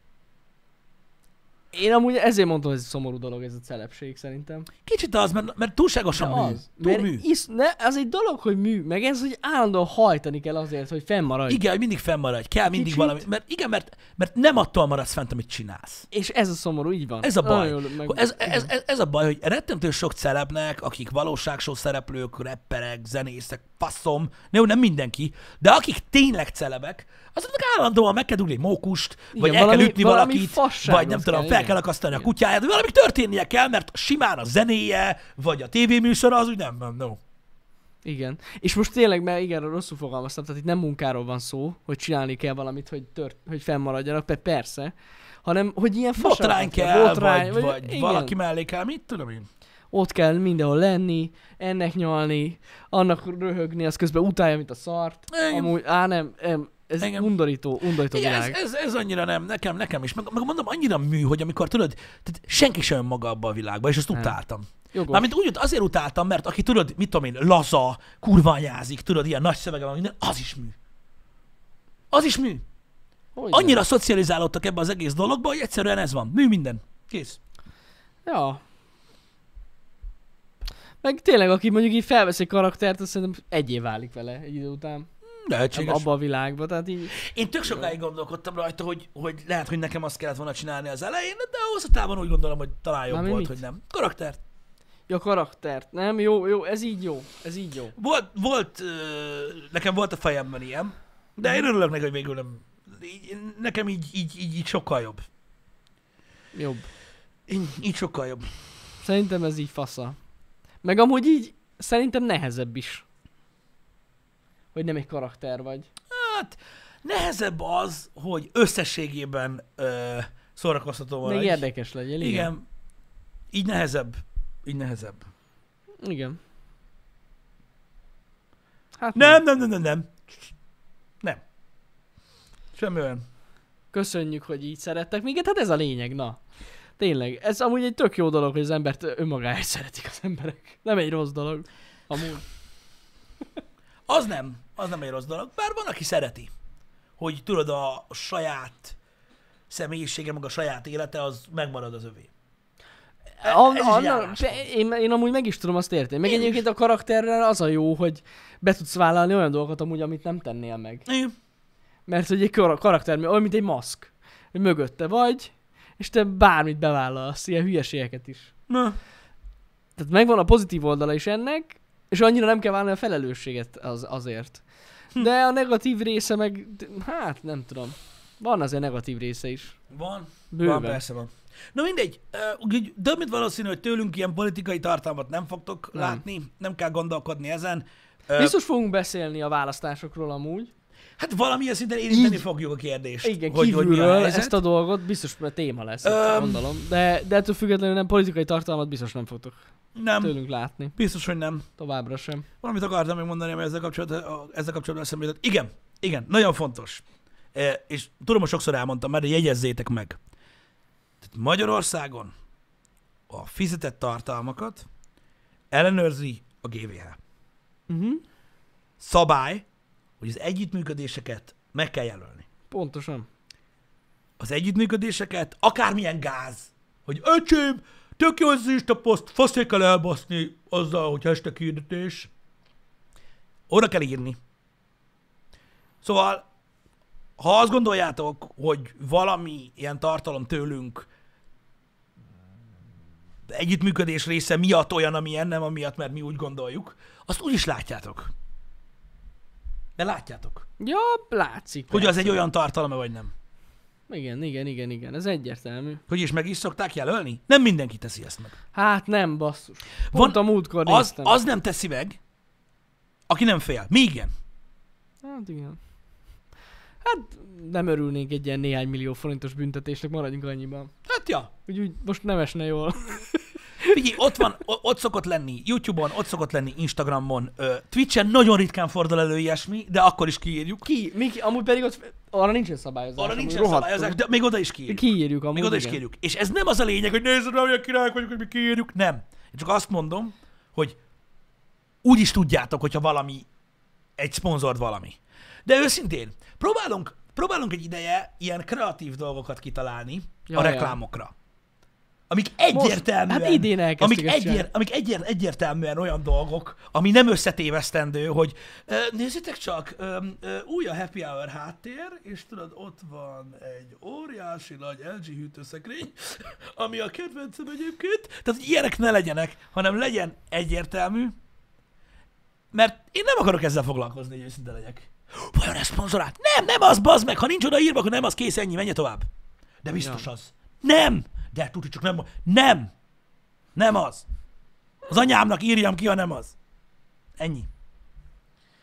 Én amúgy ezért mondtam, hogy ez egy szomorú dolog ez a celebség szerintem. kicsit az, mert, mert túlságosan De mű. az. Túl Mert mű. Isz, ne, az egy dolog, hogy mű, meg ez, hogy állandóan hajtani kell azért, hogy fennmaradj. Igen, hogy mindig fennmaradj, kell mindig Kicsit. valami. Mert igen, mert, mert nem attól maradsz fent, amit csinálsz. És ez a szomorú, így van. Ez a baj. Nagyon jól meg- Ez, ez, ez, ez a baj, hogy rettentő sok celebnek, akik valóságshow szereplők, rapperek, zenészek, faszom, jó, nem mindenki, de akik tényleg celebek, azoknak állandóan meg kell dugni egy mókust, Igen, vagy el kell valami- ütni valami valakit, fassághoz vagy nem tudom, kell, fel igen. kell akasztani a Igen. kutyáját, vagy valami történnie kell, mert simán a zenéje, vagy a tévéműsora az úgy nem, nem, no. Igen. És most tényleg, mert igen, rosszul fogalmaztam, tehát itt nem munkáról van szó, hogy csinálni kell valamit, hogy, tört, hogy fennmaradjanak, pe- persze, hanem hogy ilyen Botrány kell, botrány, vagy, vagy igen, valaki mellé kell, mit tudom én. ott kell mindenhol lenni, ennek nyalni, annak röhögni, az közben utálja, mint a szart. Igen. Amúgy, á nem, nem ez Igen. undorító, undorító Igen, ez, világ. ez, ez annyira nem, nekem, nekem is. Meg, meg mondom, annyira mű, hogy amikor tudod, tehát senki sem maga abba a világba, és azt Nem. utáltam. Jogos. Mármint úgy, azért utáltam, mert aki tudod, mit tudom én, laza, kurva anyázik, tudod, ilyen nagy szövege van, minden, az is mű. Az is mű. Hogyne. Annyira szocializálódtak ebbe az egész dologba, hogy egyszerűen ez van. Mű minden. Kész. Ja. Meg tényleg, aki mondjuk így felvesz egy karaktert, azt szerintem egyé válik vele egy idő után. Lehetséges. Abba a világba, tehát így... Én tök sokáig gondolkodtam rajta, hogy, hogy lehet, hogy nekem azt kellett volna csinálni az elején, de hosszú távon úgy gondolom, hogy talán jobb Mármint volt, mit? hogy nem. Karaktert. Ja, karaktert. Nem? Jó, jó, ez így jó. Ez így jó. Volt, volt, ö, nekem volt a fejemben ilyen, de én örülök neki, hogy végül nem. Így, nekem így, így, így, így sokkal jobb. Jobb. Így, így sokkal jobb. Szerintem ez így fasza. Meg amúgy így szerintem nehezebb is. Hogy nem egy karakter vagy. Hát nehezebb az, hogy összességében ö, szórakoztató van. Még érdekes legyen, igen. Igen. Így nehezebb. Így nehezebb. Igen. Hát Nem, nem, nem, nem, nem. Nem. Semmi olyan. Köszönjük, hogy így szerettek minket, hát ez a lényeg, na. Tényleg, ez amúgy egy tök jó dolog, hogy az embert önmagáért szeretik az emberek. Nem egy rossz dolog. Amúgy. Az nem. Az nem egy rossz dolog. Bár van, aki szereti. Hogy tudod, a saját személyisége, meg a saját élete, az megmarad az övé. E- A, ez is a, egy na, álláspont. be- én, én amúgy meg is tudom azt érteni. Meg Én egyébként a karakterrel az a jó, hogy be tudsz vállalni olyan dolgokat amúgy, amit nem tennél meg. Igen. Mert hogy egy kar- karakter, olyan, mint egy maszk. Hogy mögötte vagy, és te bármit bevállalsz, ilyen hülyeségeket is. Na. Tehát megvan a pozitív oldala is ennek, és annyira nem kell vállalni a felelősséget az, azért. Hm. De a negatív része meg, hát nem tudom. Van azért negatív része is. Van. Bőven. Van, persze van. Na mindegy, uh, úgy több mint valószínű, hogy tőlünk ilyen politikai tartalmat nem fogtok Nem. látni, nem kell gondolkodni ezen. Uh, Biztos fogunk beszélni a választásokról amúgy. Hát valamilyen szinten érinteni Így- fogjuk a kérdést. Igen, hogy, hogy mi a kívülről helyzet. ezt a dolgot biztos, mert téma lesz, Öm. um, gondolom. De, de ettől függetlenül nem politikai tartalmat biztos nem fogtok Nem, tőlünk látni. biztos, hogy nem. Továbbra sem. Valamit akartam még mondani, ami ezzel kapcsolatban, ezzel kapcsolatban eszembe jutott. Igen, igen, nagyon fontos. E, és tudom, hogy sokszor elmondtam már, de jegyezzétek meg. Tehát Magyarországon a fizetett tartalmakat ellenőrzi a gé vé há. Uh-huh. Szabály, hogy az együttműködéseket meg kell jelölni. Pontosan. Az együttműködéseket, akármilyen gáz, hogy öcsém, tök jó az Insta-poszt, faszé kell elbaszni azzal, hogy hashtag hirdetés. Oda kell írni. Szóval, ha azt gondoljátok, hogy valami ilyen tartalom tőlünk együttműködés része miatt olyan, amilyen, nem amiatt, mert mi úgy gondoljuk, azt úgy is látjátok. De látjátok, Ja, látszik. hogy az persze. egy olyan tartalom vagy nem. Igen, igen, igen, igen. Ez egyértelmű. Hogy is meg is szokták jelölni? Nem mindenki teszi ezt meg. Hát nem, basszus. Van- Pont a múltkor Az, néztem. az nem teszi meg, aki nem fél. Mi igen. Hát igen. Hát nem örülnénk egy ilyen néhány millió forintos büntetésnek, maradjunk annyiban. Hát ja. Úgy, úgy most nem esne jól. Figyelj, ott van, o- ott szokott lenni YouTube-on, ott szokott lenni Instagramon, ö, Twitch-en nagyon ritkán fordul elő ilyesmi, de akkor is kiírjuk. Ki? Mi, ki? Amúgy pedig ott arra nincsen szabályozás. Arra amúgy nincsen rohadtul. szabályozás, de még oda is kiírjuk. Kiírjuk amúgy, Még oda is igen. kiírjuk. És ez nem az a lényeg, hogy nézzük, hogy olyan királyok vagyunk, hogy mi kiírjuk. Nem. Én csak azt mondom, hogy úgy is tudjátok, hogyha valami, egy szponzort valami. De őszintén, próbálunk, próbálunk egy ideje ilyen kreatív dolgokat kitalálni Ja, a ja. reklámokra. Amik egyértelműen, hát idén elkezdtük amik, ezt egyér, csinálni. amik egyér, egyértelműen olyan dolgok, ami nem összetévesztendő, hogy ö, nézzétek csak, ö, ö, új a happy hour háttér, és tudod, ott van egy óriási nagy el gé hűtőszekrény, ami a kedvencem egyébként. Tehát, hogy ilyenek ne legyenek, hanem legyen egyértelmű, mert én nem akarok ezzel foglalkozni, hogy őszinte legyek. Vajon ez szponzorált? Nem, nem az, bazd meg, ha nincs odaírva, akkor nem az, kész, ennyi, menj tovább. De biztos Ja. az. Nem! De tudj, csak nem. Nem! Nem az. Az anyámnak írjam ki, ha nem az. Ennyi.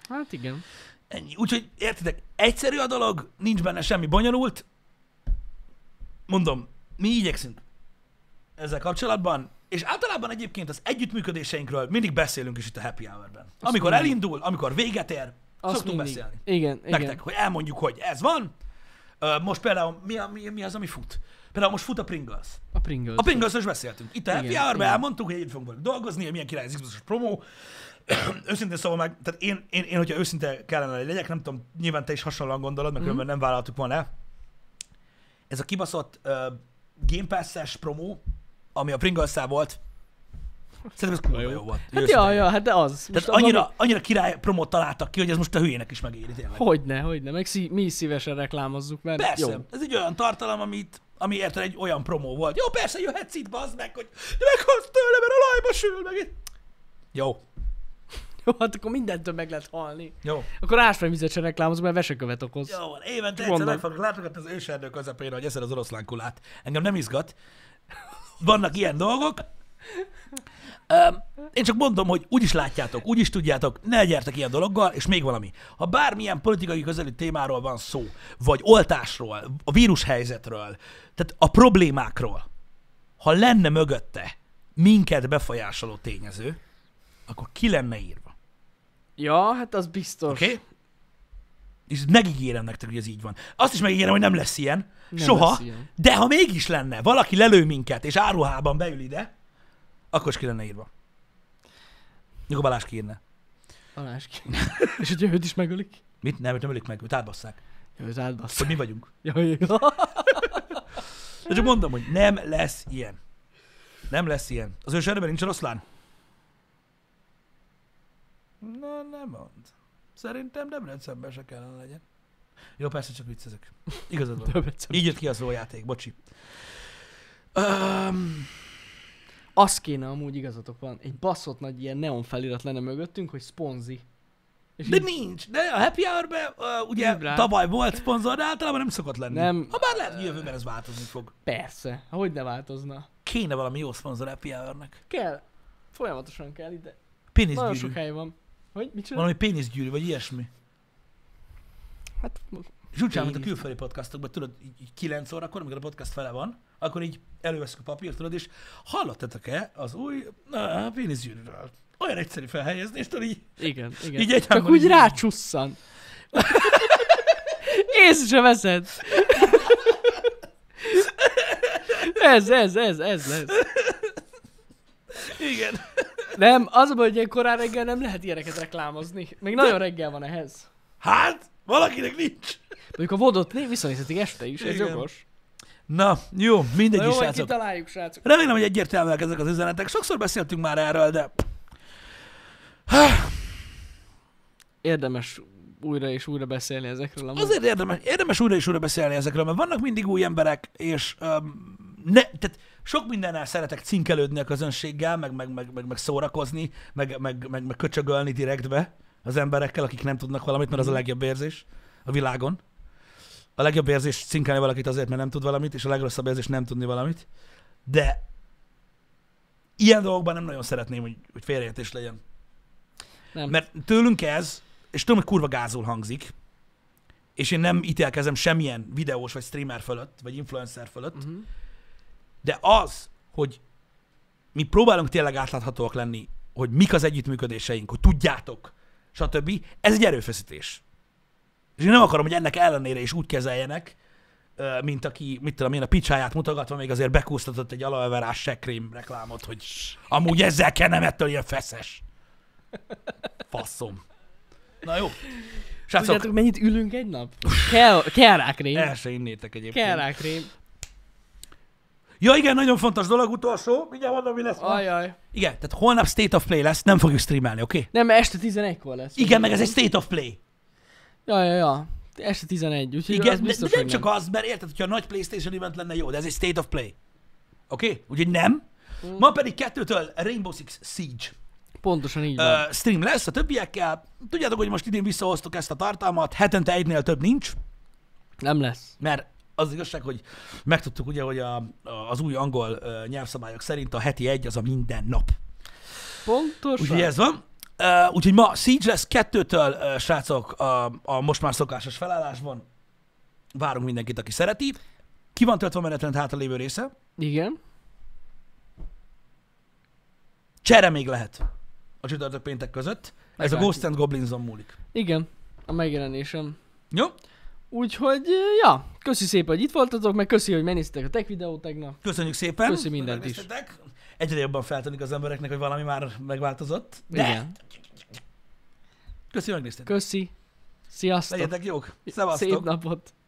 Hát igen. Ennyi. Úgyhogy értitek, egyszerű a dolog, nincs benne semmi bonyolult. Mondom, mi igyekszünk ezzel kapcsolatban, és általában egyébként az együttműködéseinkről mindig beszélünk is itt a Happy Hour-ben. Azt amikor mindig. elindul, amikor véget ér, Azt szoktunk mindig. beszélni. Igen, Nektek, igen. hogy elmondjuk, hogy ez van. Ö, Most például mi, a- mi, mi az, ami fut? Például most fut a Pringles. A Pringles. A Pringles-ről is beszéltünk. Itt a Igen, Happy Hour-ben igen. elmondtuk, hogy együtt fogunk velük dolgozni, hogy milyen király az Xbox-os promó. Őszintén szóval meg, tehát én, én, én, hogyha őszinte kellene, hogy legyek, nem tudom, nyilván te is hasonlóan gondolod, mert Mhm. különben nem vállaltuk volna el. Ez a kibaszott uh, Game Pass-es promó, ami a Pringles-szel volt, szerintem ez kurva jó volt. Hát ja, ja, hát de az. Tehát Most annyira, abban annyira király promót találtak ki, hogy ez most a hülyének is megéri tényleg. mi- Hogyne, hogyne. Meg szí- mi is szívesen reklámozzuk, mert Persze, jó. ez egy olyan tartalom, amit, ami érted egy olyan promó volt. Jó, persze, jöhetsz itt, bazd meg, hogy de meghalsz tőle, mert a lajba sül, meg itt. Jó, Jó, hát akkor mindentől meg lehet halni. jó. Akkor ásványvizet se reklámozunk, mert vesekövet okoz. Jó van, évente egyszer Mondom. meg fogok látogatni az őserdő közepén, hogy eszed az oroszlánkulát. Engem nem izgat. Vannak ilyen dolgok. Öm, én csak mondom, hogy úgy is látjátok, úgy is tudjátok, ne gyertek ilyen dologgal, és még valami. Ha bármilyen politikai közeli témáról van szó, vagy oltásról, a vírushelyzetről, tehát a problémákról, ha lenne mögötte minket befolyásoló tényező, akkor ki lenne írva. Ja, hát az biztos. Oké? Okay? És megígérem nektek, hogy ez így van. Azt is megígérem, hogy nem lesz ilyen. Nem soha. lesz ilyen. De ha mégis lenne, valaki lelő minket, és áruhában beül ide, akkor is ki lenne írva. Mikor Balázs kiírne. Alás ki. És hogy őt is megölik? Mit? Nem, őt nem ölik meg, őt átbasszák. Jó, őt átbasz. Hogy mi vagyunk. Ja, jó. De csak mondom, hogy nem lesz ilyen. Nem lesz ilyen. Az őserdőben nincs oroszlán? Na, nem mond. Szerintem Debrecenben se kellene legyen. Jó, persze, csak viccezek. Igazad van. Debrecen. Így jött ki az játék, bocsi. Um, Az kéne amúgy igazatok van. Egy baszott nagy ilyen neon felirat lenne mögöttünk, hogy szponzi. És de így- nincs. De a Happy Hour-ben uh, ugye Írd rá. tavaly volt szponzor, de általában nem szokott lenni. Nem. Ha bár lehet, hogy jövőben ez változni fog. Persze. Hogy ne változna? Kéne valami jó szponzor Happy Hour-nek. Kell. Folyamatosan kell ide. Nagyon Péniszgyűrű. sok hely van. Hogy? Mit csinál? Valami péniszgyűrű, vagy ilyesmi. Hát És úgy csinálom, mint a Pénisz. külföldi podcastokban, tudod, így, így kilenc órakor, amikor a podcast fele van, akkor így előveszünk a papírt, tudod, és hallottatok-e az új na, péniszgyűrűről? Olyan egyszerű felhelyezni, és tudod így, igen, igen. Így egy Csak hangon úgy így- rácsusszan. Észre se veszed. ez, ez, ez, ez lesz. igen. Nem, az a baj, hogy ilyen korán reggel nem lehet ilyeneket reklámozni. Még nagyon reggel van ehhez. Hát, valakinek nincs. Mondjuk a vodot né- visszanézhetik este is, ez Igen. jogos. Na, jó, mindegy Na jó, is, hogy srácok. kitaláljuk, srácok. Remélem, hogy egyértelműek ezek az üzenetek. Sokszor beszéltünk már erről, de Érdemes újra és újra beszélni ezekről. Amúgy. azért érdemes, érdemes újra és újra beszélni ezekről, mert vannak mindig új emberek, és um, ne, tehát sok mindennel szeretek cinkelődni a közönséggel, meg, meg, meg, meg, meg szórakozni, meg, meg, meg, meg köcsögölni direktbe az emberekkel, akik nem tudnak valamit, mert az a legjobb érzés a világon. A legjobb érzés cinkelni valakit azért, mert nem tud valamit, és a legrosszabb érzés nem tudni valamit. De ilyen dolgokban nem nagyon szeretném, hogy, hogy félreértés legyen. Nem. Mert tőlünk ez, és tudom, hogy kurva gázul hangzik, és én nem ítélkezem semmilyen videós vagy streamer fölött, vagy influencer fölött, Uh-huh. de az, hogy mi próbálunk tényleg átláthatóak lenni, hogy mik az együttműködéseink, hogy tudjátok, stb. Ez egy erőfeszítés. És én nem akarom, hogy ennek ellenére is úgy kezeljenek, ö, mint aki, mit tudom én, a picsáját mutogatva még azért bekúsztatott egy aloeverás sekrém reklámot, hogy amúgy ezzel kell, nem ettől ilyen feszes. Faszom. Na jó. Srácok, Tudjátok, mennyit ülünk egy nap? Kell, kell rá krém. el se innétek egyébként. Kell rá krém. Ja igen, nagyon fontos dolog, utolsó. Mindjárt mondom, mi lesz ma. Ajaj. Igen, tehát holnap State of Play lesz, nem fogjuk streamelni, oké? Okay? Nem, este tizenegykor lesz. Igen, meg ez egy State of Play. Ja, ja, ja. Este tizenegy, úgyhogy Igen, az de, de biztos, nem hogy csak az, mert érted, hogyha a nagy PlayStation event lenne jó, de ez egy State of Play. Oké? Okay? Úgyhogy nem. Mm. Ma pedig kettőtől Rainbow Six Siege Pontosan így van. uh, stream lesz a többiekkel. Tudjátok, hogy most idén visszahoztuk ezt a tartalmat, hetente egynél több nincs, Nem lesz. mert az igazság, hogy megtudtuk ugye, hogy a, a, az új angol uh, nyelvszabályok szerint a heti egy az a minden nap. Pontosan. Úgyhogy ez van. Uh, úgyhogy ma Siege lesz kettőtől, uh, srácok, a, a most már szokásos felállásban. Várunk mindenkit, aki szereti. Ki van töltve a menetrend hátralévő része? Igen. Csere még lehet a csütörtök péntek között. Ez Meglátjuk. a Ghost and Goblinson múlik. Igen. A megjelenésem. Jó? Úgyhogy, ja, köszi szépen, hogy itt voltatok, meg köszi, hogy megnéztétek a tech videót tegnap. Köszönjük szépen. Köszi mindent is. Megnéztetek. Egyre jobban feltűnik az embereknek, hogy valami már megváltozott. De Igen. köszi, hogy megnéztétek. Köszi. Sziasztok. Legyetek jók. Szevasztok. Szép napot.